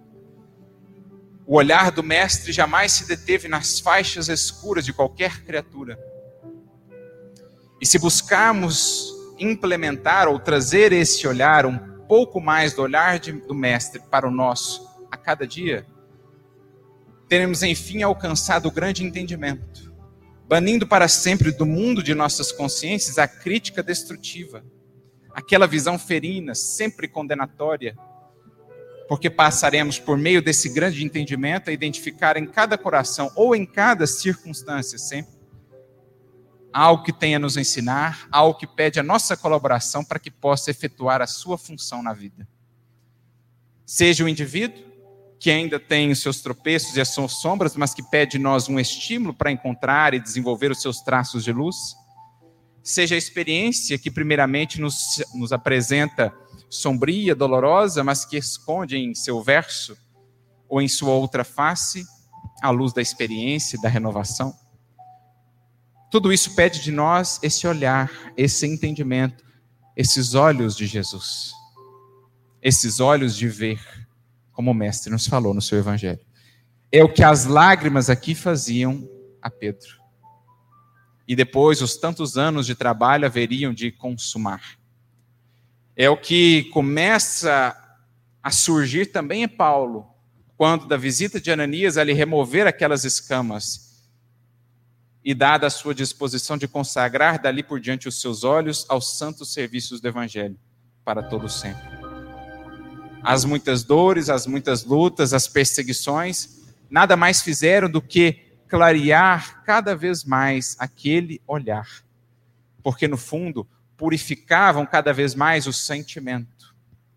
Speaker 1: o olhar do Mestre jamais se deteve nas faixas escuras de qualquer criatura. E se buscarmos implementar ou trazer esse olhar, um pouco mais do olhar do Mestre para o nosso a cada dia, teremos enfim alcançado o grande entendimento, banindo para sempre do mundo de nossas consciências a crítica destrutiva, aquela visão ferina, sempre condenatória, porque passaremos por meio desse grande entendimento a identificar em cada coração ou em cada circunstância sempre algo que tenha a nos ensinar, algo que pede a nossa colaboração para que possa efetuar a sua função na vida. Seja o indivíduo que ainda tem os seus tropeços e as suas sombras, mas que pede de nós um estímulo para encontrar e desenvolver os seus traços de luz. Seja a experiência que primeiramente nos apresenta sombria, dolorosa, mas que esconde em seu verso ou em sua outra face a luz da experiência e da renovação. Tudo isso pede de nós esse olhar, esse entendimento, esses olhos de Jesus, esses olhos de ver, como o Mestre nos falou no seu Evangelho. É o que as lágrimas aqui faziam a Pedro. E depois os tantos anos de trabalho haveriam de consumar. É o que começa a surgir também em Paulo, quando da visita de Ananias a lhe remover aquelas escamas, e dada a sua disposição de consagrar dali por diante os seus olhos aos santos serviços do Evangelho, para todo sempre. As muitas dores, as muitas lutas, as perseguições, nada mais fizeram do que clarear cada vez mais aquele olhar, porque no fundo purificavam cada vez mais o sentimento.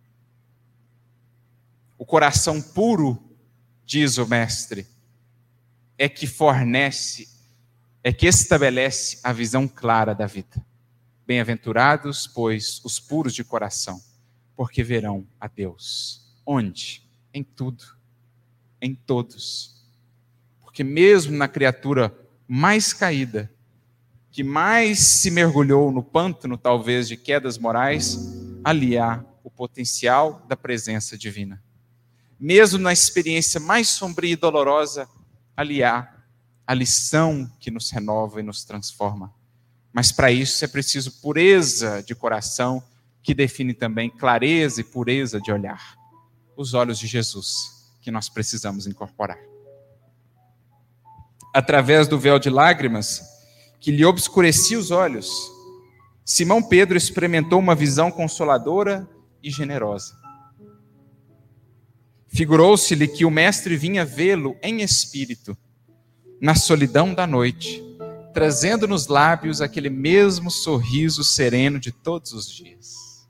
Speaker 1: O coração puro, diz o Mestre, é que fornece, é que estabelece a visão clara da vida. Bem-aventurados, pois, os puros de coração, porque verão a Deus. Onde? Em tudo, em todos. Porque mesmo na criatura mais caída, que mais se mergulhou no pântano, talvez, de quedas morais, ali há o potencial da presença divina. Mesmo na experiência mais sombria e dolorosa, ali há a lição que nos renova e nos transforma. Mas para isso é preciso pureza de coração, que define também clareza e pureza de olhar. Os olhos de Jesus, que nós precisamos incorporar. Através do véu de lágrimas, que lhe obscurecia os olhos, Simão Pedro experimentou uma visão consoladora e generosa. Figurou-se-lhe que o mestre vinha vê-lo em espírito, na solidão da noite, trazendo nos lábios aquele mesmo sorriso sereno de todos os dias.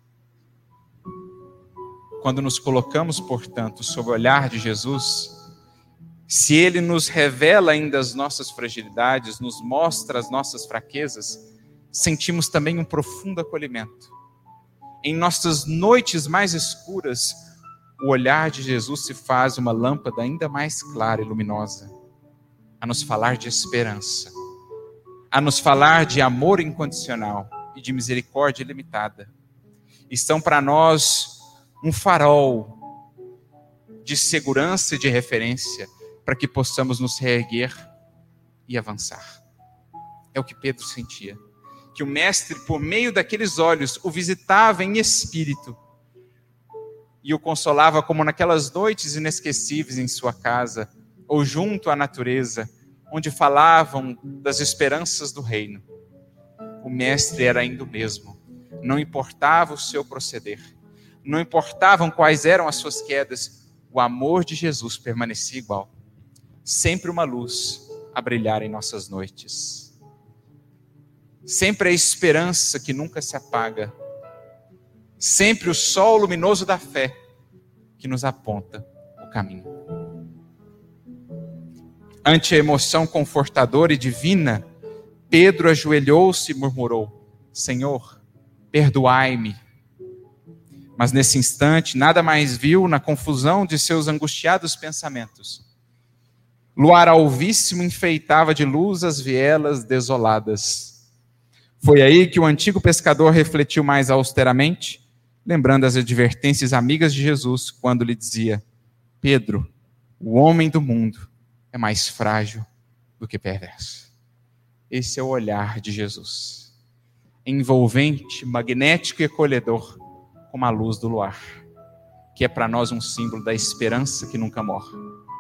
Speaker 1: Quando nos colocamos, portanto, sob o olhar de Jesus, se Ele nos revela ainda as nossas fragilidades, nos mostra as nossas fraquezas, sentimos também um profundo acolhimento. Em nossas noites mais escuras, o olhar de Jesus se faz uma lâmpada ainda mais clara e luminosa, a nos falar de esperança, a nos falar de amor incondicional e de misericórdia ilimitada. E são para nós um farol de segurança e de referência para que possamos nos reerguer e avançar. É o que Pedro sentia. Que o mestre, por meio daqueles olhos, o visitava em espírito e o consolava como naquelas noites inesquecíveis em sua casa ou junto à natureza, onde falavam das esperanças do reino. O mestre era ainda o mesmo. Não importava o seu proceder. Não importavam quais eram as suas quedas. O amor de Jesus permanecia igual. Sempre uma luz a brilhar em nossas noites. Sempre a esperança que nunca se apaga. Sempre o sol luminoso da fé que nos aponta o caminho. Ante a emoção confortadora e divina, Pedro ajoelhou-se e murmurou: Senhor, perdoai-me. Mas nesse instante, nada mais viu na confusão de seus angustiados pensamentos. Luar alvíssimo enfeitava de luz as vielas desoladas. Foi aí que o antigo pescador refletiu mais austeramente, lembrando as advertências amigas de Jesus, quando lhe dizia: Pedro, o homem do mundo é mais frágil do que perverso. Esse é o olhar de Jesus, envolvente, magnético e acolhedor, como a luz do luar, que é para nós um símbolo da esperança que nunca morre.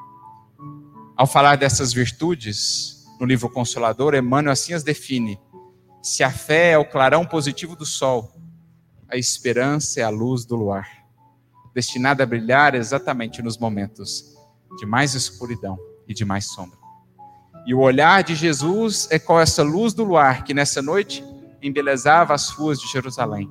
Speaker 1: Ao falar dessas virtudes, no livro Consolador, Emmanuel assim as define: se a fé é o clarão positivo do sol, a esperança é a luz do luar, destinada a brilhar exatamente nos momentos de mais escuridão e de mais sombra. E o olhar de Jesus é qual essa luz do luar que nessa noite embelezava as ruas de Jerusalém.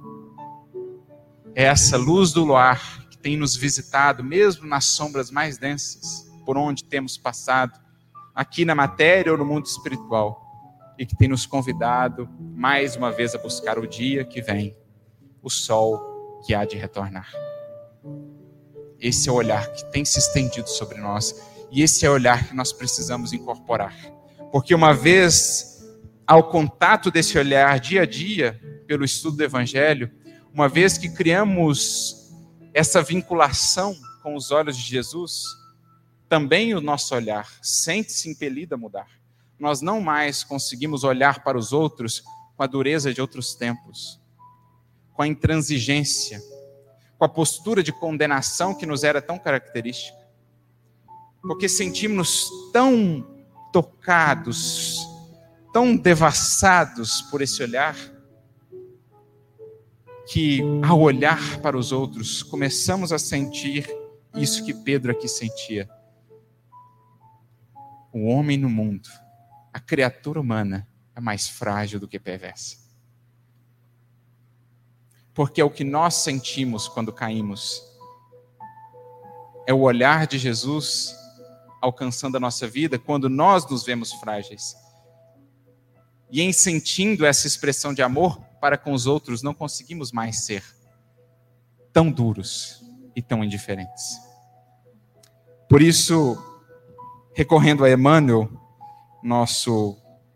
Speaker 1: É essa luz do luar que tem nos visitado, mesmo nas sombras mais densas, por onde temos passado, aqui na matéria ou no mundo espiritual, e que tem nos convidado mais uma vez a buscar o dia que vem, o sol que há de retornar. Esse é o olhar que tem se estendido sobre nós, e esse é o olhar que nós precisamos incorporar, porque uma vez ao contato desse olhar dia a dia, pelo estudo do Evangelho, uma vez que criamos essa vinculação com os olhos de Jesus, também o nosso olhar sente-se impelido a mudar. Nós não mais conseguimos olhar para os outros com a dureza de outros tempos, com a intransigência, com a postura de condenação que nos era tão característica, porque sentimos-nos tão tocados, tão devassados por esse olhar, que ao olhar para os outros, começamos a sentir isso que Pedro aqui sentia. O homem no mundo, a criatura humana, é mais frágil do que perversa. Porque é o que nós sentimos quando caímos. É o olhar de Jesus alcançando a nossa vida quando nós nos vemos frágeis. E em sentindo essa expressão de amor para com os outros, não conseguimos mais ser tão duros e tão indiferentes. Por isso, recorrendo a Emmanuel, nosso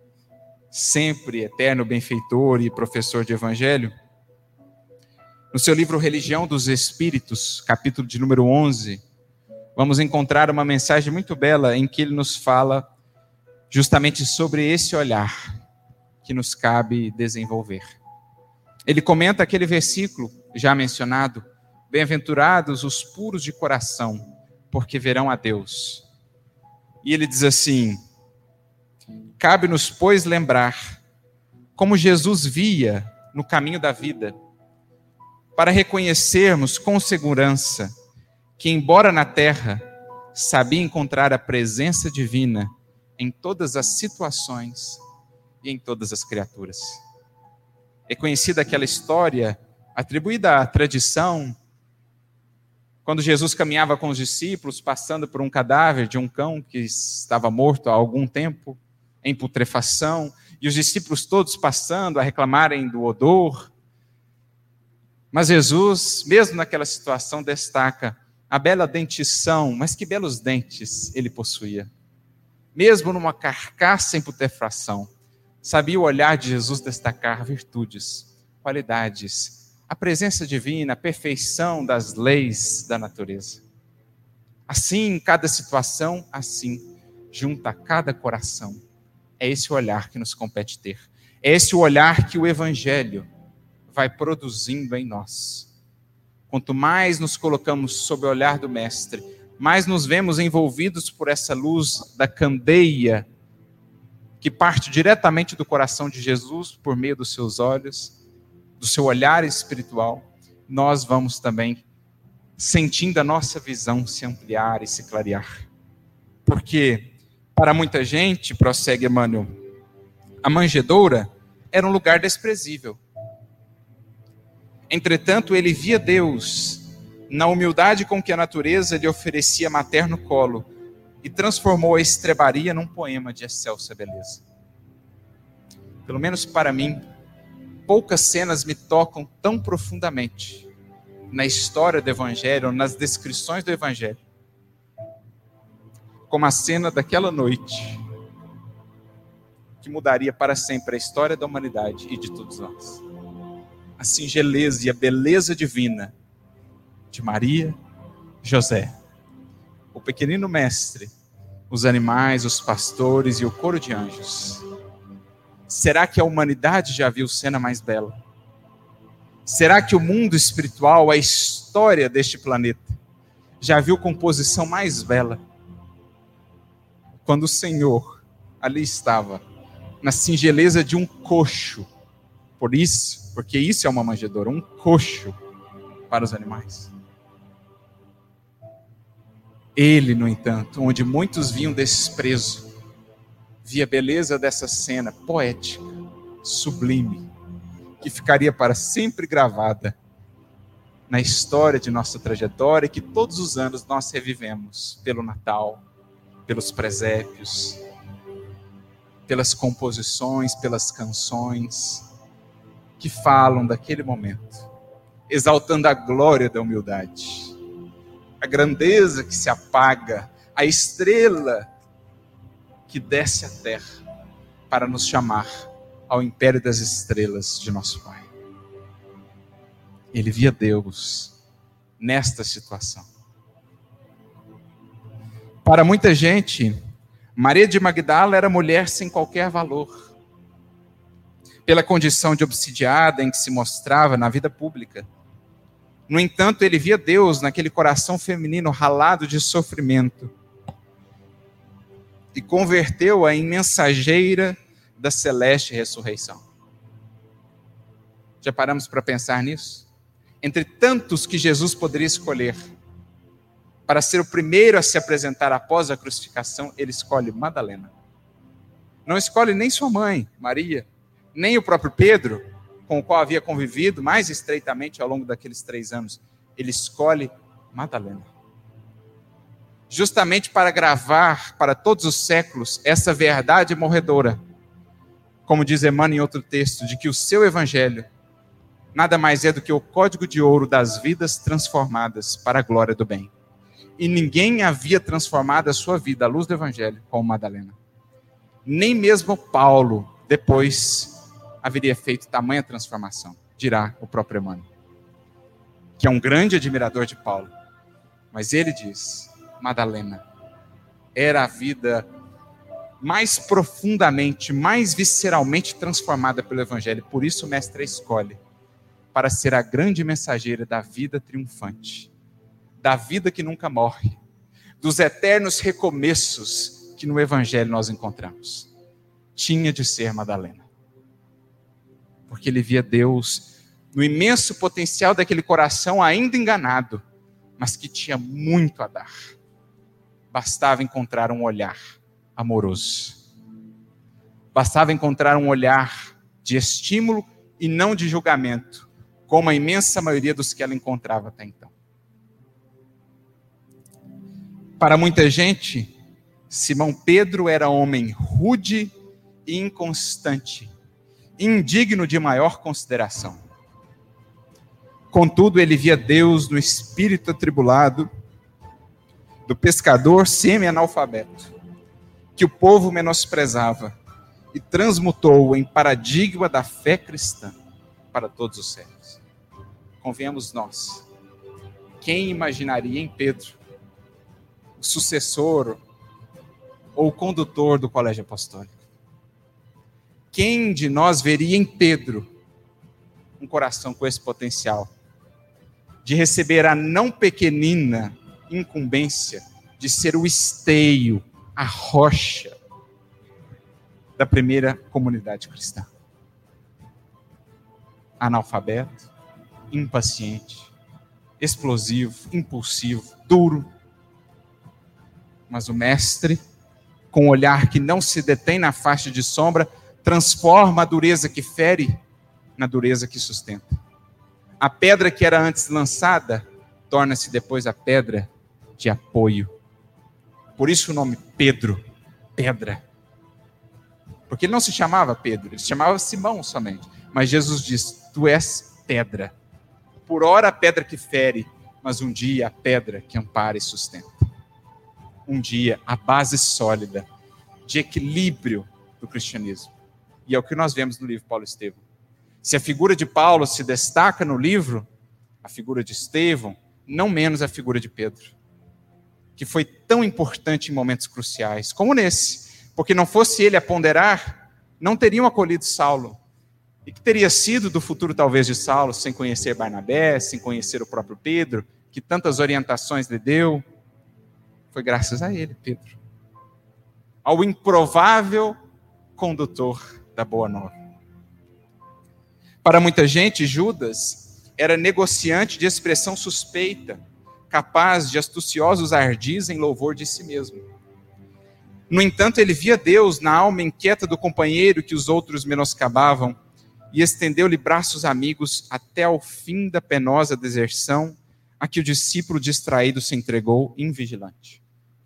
Speaker 1: sempre eterno benfeitor e professor de evangelho, no seu livro Religião dos Espíritos, capítulo de número 11, vamos encontrar uma mensagem muito bela em que ele nos fala justamente sobre esse olhar que nos cabe desenvolver. Ele comenta aquele versículo já mencionado: bem-aventurados os puros de coração, porque verão a Deus. E ele diz assim: cabe-nos, pois, lembrar como Jesus via no caminho da vida, para reconhecermos com segurança que, embora na terra, sabia encontrar a presença divina em todas as situações e em todas as criaturas. É conhecida aquela história atribuída à tradição, quando Jesus caminhava com os discípulos, passando por um cadáver de um cão que estava morto há algum tempo, em putrefação, e os discípulos todos passando a reclamarem do odor. Mas Jesus, mesmo naquela situação, destaca a bela dentição, mas que belos dentes ele possuía. Mesmo numa carcaça em putrefação, sabia o olhar de Jesus destacar virtudes, qualidades, a presença divina, a perfeição das leis da natureza. Assim, em cada situação, assim, junto a cada coração. É esse o olhar que nos compete ter. É esse o olhar que o Evangelho vai produzindo em nós. Quanto mais nos colocamos sob o olhar do Mestre, mais nos vemos envolvidos por essa luz da candeia que parte diretamente do coração de Jesus por meio dos seus olhos, do seu olhar espiritual. Nós vamos também sentindo a nossa visão se ampliar e se clarear. Porque para muita gente, prossegue Emmanuel, a manjedoura era um lugar desprezível. Entretanto, ele via Deus na humildade com que a natureza lhe oferecia materno colo e transformou a estrebaria num poema de excelsa beleza. Pelo menos para mim, poucas cenas me tocam tão profundamente na história do Evangelho, nas descrições do Evangelho, como a cena daquela noite que mudaria para sempre a história da humanidade e de todos nós. A singeleza e a beleza divina de Maria, José, o pequenino mestre, os animais, os pastores e o coro de anjos. Será que a humanidade já viu cena mais bela? Será que o mundo espiritual, a história deste planeta, já viu composição mais bela? Quando o Senhor ali estava, na singeleza de um coxo, porque isso é uma manjedoura, um coxo para os animais. Ele, no entanto, onde muitos viam desprezo, via a beleza dessa cena poética, sublime, que ficaria para sempre gravada na história de nossa trajetória e que todos os anos nós revivemos pelo Natal, pelos presépios, pelas composições, pelas canções que falam daquele momento, exaltando a glória da humildade, a grandeza que se apaga, a estrela que desce à terra para nos chamar ao império das estrelas de nosso Pai. Ele via Deus nesta situação. Para muita gente, Maria de Magdala era mulher sem qualquer valor, pela condição de obsidiada em que se mostrava na vida pública. No entanto, ele via Deus naquele coração feminino ralado de sofrimento e converteu-a em mensageira da celeste ressurreição. Já paramos para pensar nisso? Entre tantos que Jesus poderia escolher para ser o primeiro a se apresentar após a crucificação, ele escolhe Madalena. Não escolhe nem sua mãe, Maria, nem o próprio Pedro, com o qual havia convivido mais estreitamente ao longo daqueles 3 anos. Ele escolhe Madalena. Justamente para gravar para todos os séculos essa verdade morredora. Como diz Emmanuel em outro texto, de que o seu evangelho nada mais é do que o código de ouro das vidas transformadas para a glória do bem. e ninguém havia transformado a sua vida à luz do Evangelho como Madalena. Nem mesmo Paulo, depois, haveria feito tamanha transformação, dirá o próprio Emmanuel, que é um grande admirador de Paulo. Mas ele diz, Madalena era a vida mais profundamente, mais visceralmente transformada pelo Evangelho. Por isso o mestre a escolhe para ser a grande mensageira da vida triunfante, da vida que nunca morre, dos eternos recomeços que no Evangelho nós encontramos. Tinha de ser Madalena, porque ele via Deus no imenso potencial daquele coração ainda enganado, mas que tinha muito a dar. Bastava encontrar um olhar amoroso. Bastava encontrar um olhar de estímulo e não de julgamento, como a imensa maioria dos que ela encontrava até então. Para muita gente, Simão Pedro era homem rude e inconstante, indigno de maior consideração. Contudo, ele via Deus no espírito atribulado do pescador semi-analfabeto, que o povo menosprezava e transmutou em paradigma da fé cristã para todos os séculos. Convenhamos nós, quem imaginaria em Pedro o sucessor ou o condutor do colégio apostólico? Quem de nós veria em Pedro um coração com esse potencial de receber a não pequenina incumbência de ser o esteio, a rocha da primeira comunidade cristã? Analfabeto, impaciente, explosivo, impulsivo, duro. Mas o mestre, com um olhar que não se detém na faixa de sombra, transforma a dureza que fere na dureza que sustenta. A pedra que era antes lançada, torna-se depois a pedra de apoio. Por isso o nome Pedro, pedra. Porque ele não se chamava Pedro, ele se chamava Simão somente. Mas Jesus diz, tu és pedra. Por ora a pedra que fere, mas um dia a pedra que ampara e sustenta. Um dia a base sólida de equilíbrio do cristianismo. E é o que nós vemos no livro Paulo e Estevão. Se a figura de Paulo se destaca no livro, a figura de Estevão, não menos a figura de Pedro, que foi tão importante em momentos cruciais, como nesse, porque não fosse ele a ponderar, não teriam acolhido Saulo, e que teria sido do futuro talvez de Saulo, sem conhecer Barnabé, sem conhecer o próprio Pedro, que tantas orientações lhe deu. Foi graças a ele, Pedro, ao improvável condutor da Boa Nova. Para muita gente, Judas era negociante de expressão suspeita, capaz de astuciosos ardis em louvor de si mesmo. No entanto, ele via Deus na alma inquieta do companheiro que os outros menoscabavam e estendeu-lhe braços amigos até ao fim da penosa deserção a que o discípulo distraído se entregou invigilante.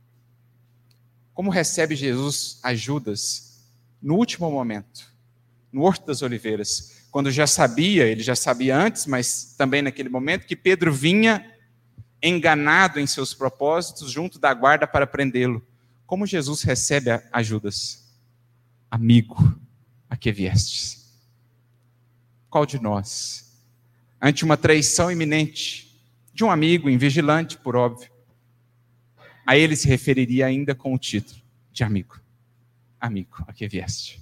Speaker 1: Como recebe Jesus a Judas no último momento, no Horto das Oliveiras, quando ele já sabia antes, mas também naquele momento, que Pedro vinha enganado em seus propósitos junto da guarda para prendê-lo. Como Jesus recebe a Judas? Amigo, a que viestes? Qual de nós, ante uma traição iminente de um amigo invigilante, por óbvio, a ele se referiria ainda com o título de amigo? Amigo, a que vieste?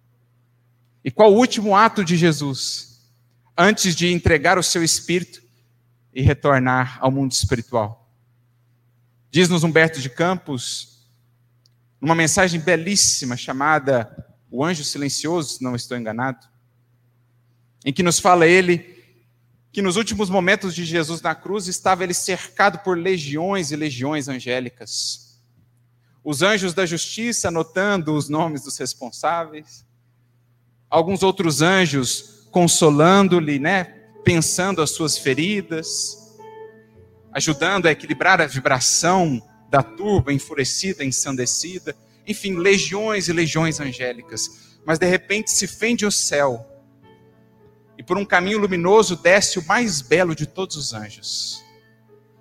Speaker 1: E qual o último ato de Jesus, antes de entregar o seu espírito e retornar ao mundo espiritual? Diz-nos Humberto de Campos, numa mensagem belíssima chamada O Anjo Silencioso, se não estou enganado, em que nos fala ele que nos últimos momentos de Jesus na cruz estava ele cercado por legiões e legiões angélicas. Os anjos da justiça anotando os nomes dos responsáveis, alguns outros anjos consolando-lhe, pensando as suas feridas, ajudando a equilibrar a vibração da turba enfurecida, ensandecida, enfim, legiões e legiões angélicas. Mas de repente se fende o céu, e por um caminho luminoso desce o mais belo de todos os anjos.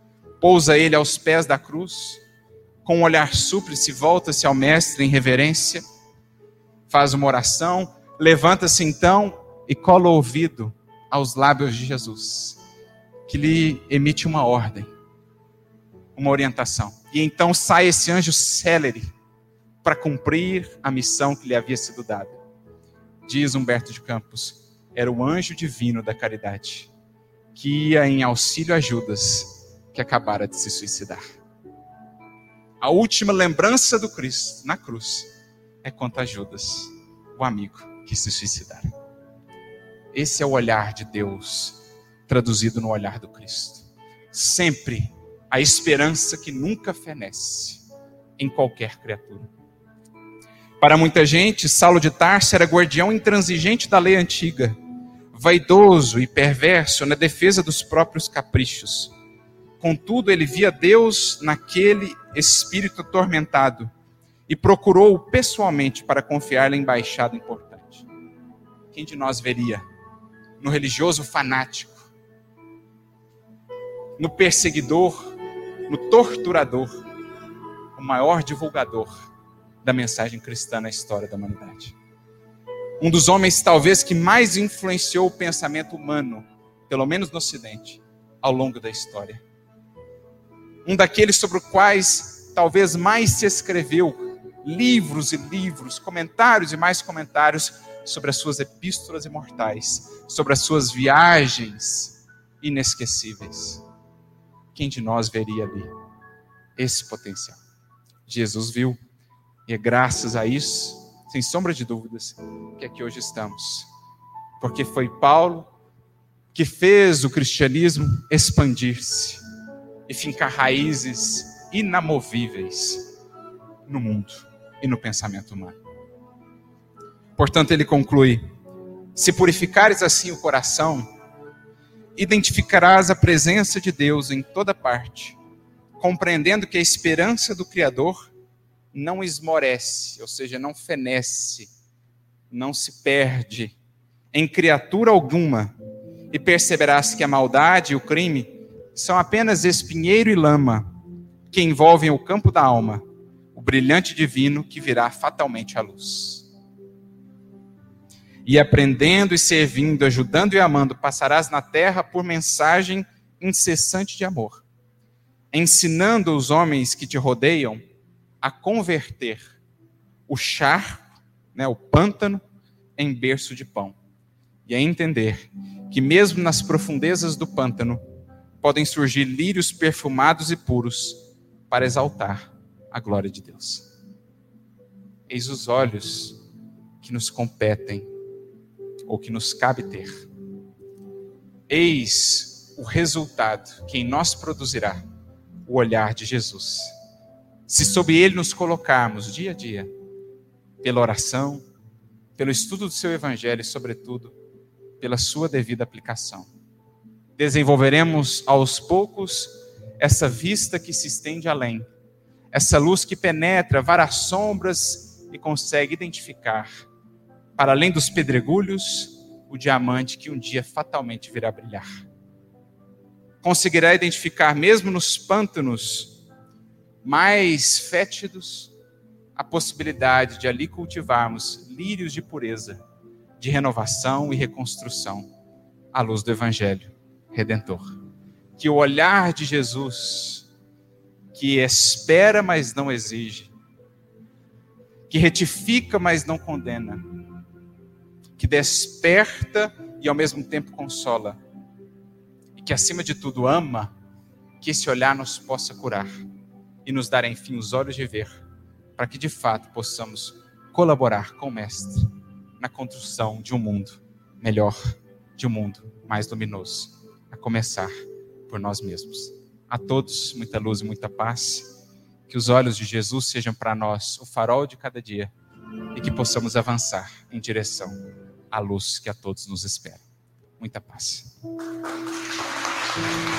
Speaker 1: pousa ele aos pés da cruz, com um olhar súplice, volta-se ao mestre em reverência, faz uma oração, levanta-se então e cola o ouvido aos lábios de Jesus, que lhe emite uma ordem, uma orientação. E então sai esse anjo célere para cumprir a missão que lhe havia sido dada. Diz Humberto de Campos, era o anjo divino da caridade, que ia em auxílio a Judas, que acabara de se suicidar. A última lembrança do Cristo na cruz é quanto a Judas, o amigo que se suicidara. Esse é o olhar de Deus, traduzido no olhar do Cristo. Sempre a esperança que nunca fenece em qualquer criatura. Para muita gente, Saulo de Tarso era guardião intransigente da lei antiga, vaidoso e perverso na defesa dos próprios caprichos. Contudo, ele via Deus naquele espírito atormentado e procurou-o pessoalmente para confiar-lhe embaixada importante. Quem de nós veria no religioso fanático, no perseguidor, no torturador, o maior divulgador da mensagem cristã na história da humanidade? Um dos homens talvez que mais influenciou o pensamento humano, pelo menos no Ocidente, ao longo da história. Um daqueles sobre os quais talvez mais se escreveu livros e livros, comentários e mais comentários sobre as suas epístolas imortais, sobre as suas viagens inesquecíveis. Quem de nós veria ali esse potencial? Jesus viu, e é graças a isso, sem sombra de dúvidas, que aqui hoje estamos. Porque foi Paulo que fez o cristianismo expandir-se e fincar raízes inamovíveis no mundo e no pensamento humano. Portanto, ele conclui: se purificares assim o coração, identificarás a presença de Deus em toda parte, compreendendo que a esperança do Criador não esmorece, ou seja, não fenece, não se perde em criatura alguma, e perceberás que a maldade e o crime são apenas espinheiro e lama que envolvem o campo da alma, o brilhante divino que virá fatalmente à luz. E aprendendo e servindo, ajudando e amando, passarás na terra por mensagem incessante de amor, ensinando os homens que te rodeiam a converter o charco, o pântano, em berço de pão. E a entender que mesmo nas profundezas do pântano podem surgir lírios perfumados e puros para exaltar a glória de Deus. Eis os olhos que nos competem, ou que nos cabe ter. Eis o resultado que em nós produzirá o olhar de Jesus. Se sob ele nos colocarmos dia a dia, pela oração, pelo estudo do seu evangelho e, sobretudo, pela sua devida aplicação, desenvolveremos aos poucos essa vista que se estende além, essa luz que penetra várias sombras e consegue identificar, para além dos pedregulhos, o diamante que um dia fatalmente virá brilhar. Conseguirá identificar, mesmo nos pântanos mais fétidos, a possibilidade de ali cultivarmos lírios de pureza, de renovação e reconstrução, à luz do Evangelho Redentor. Que o olhar de Jesus, que espera, mas não exige, que retifica, mas não condena, que desperta e ao mesmo tempo consola, e que acima de tudo ama, que esse olhar nos possa curar e nos dar enfim os olhos de ver, para que de fato possamos colaborar com o Mestre na construção de um mundo melhor, de um mundo mais luminoso, a começar por nós mesmos. A todos, muita luz e muita paz, que os olhos de Jesus sejam para nós o farol de cada dia e que possamos avançar em direção à luz que a todos nos espera. Muita paz.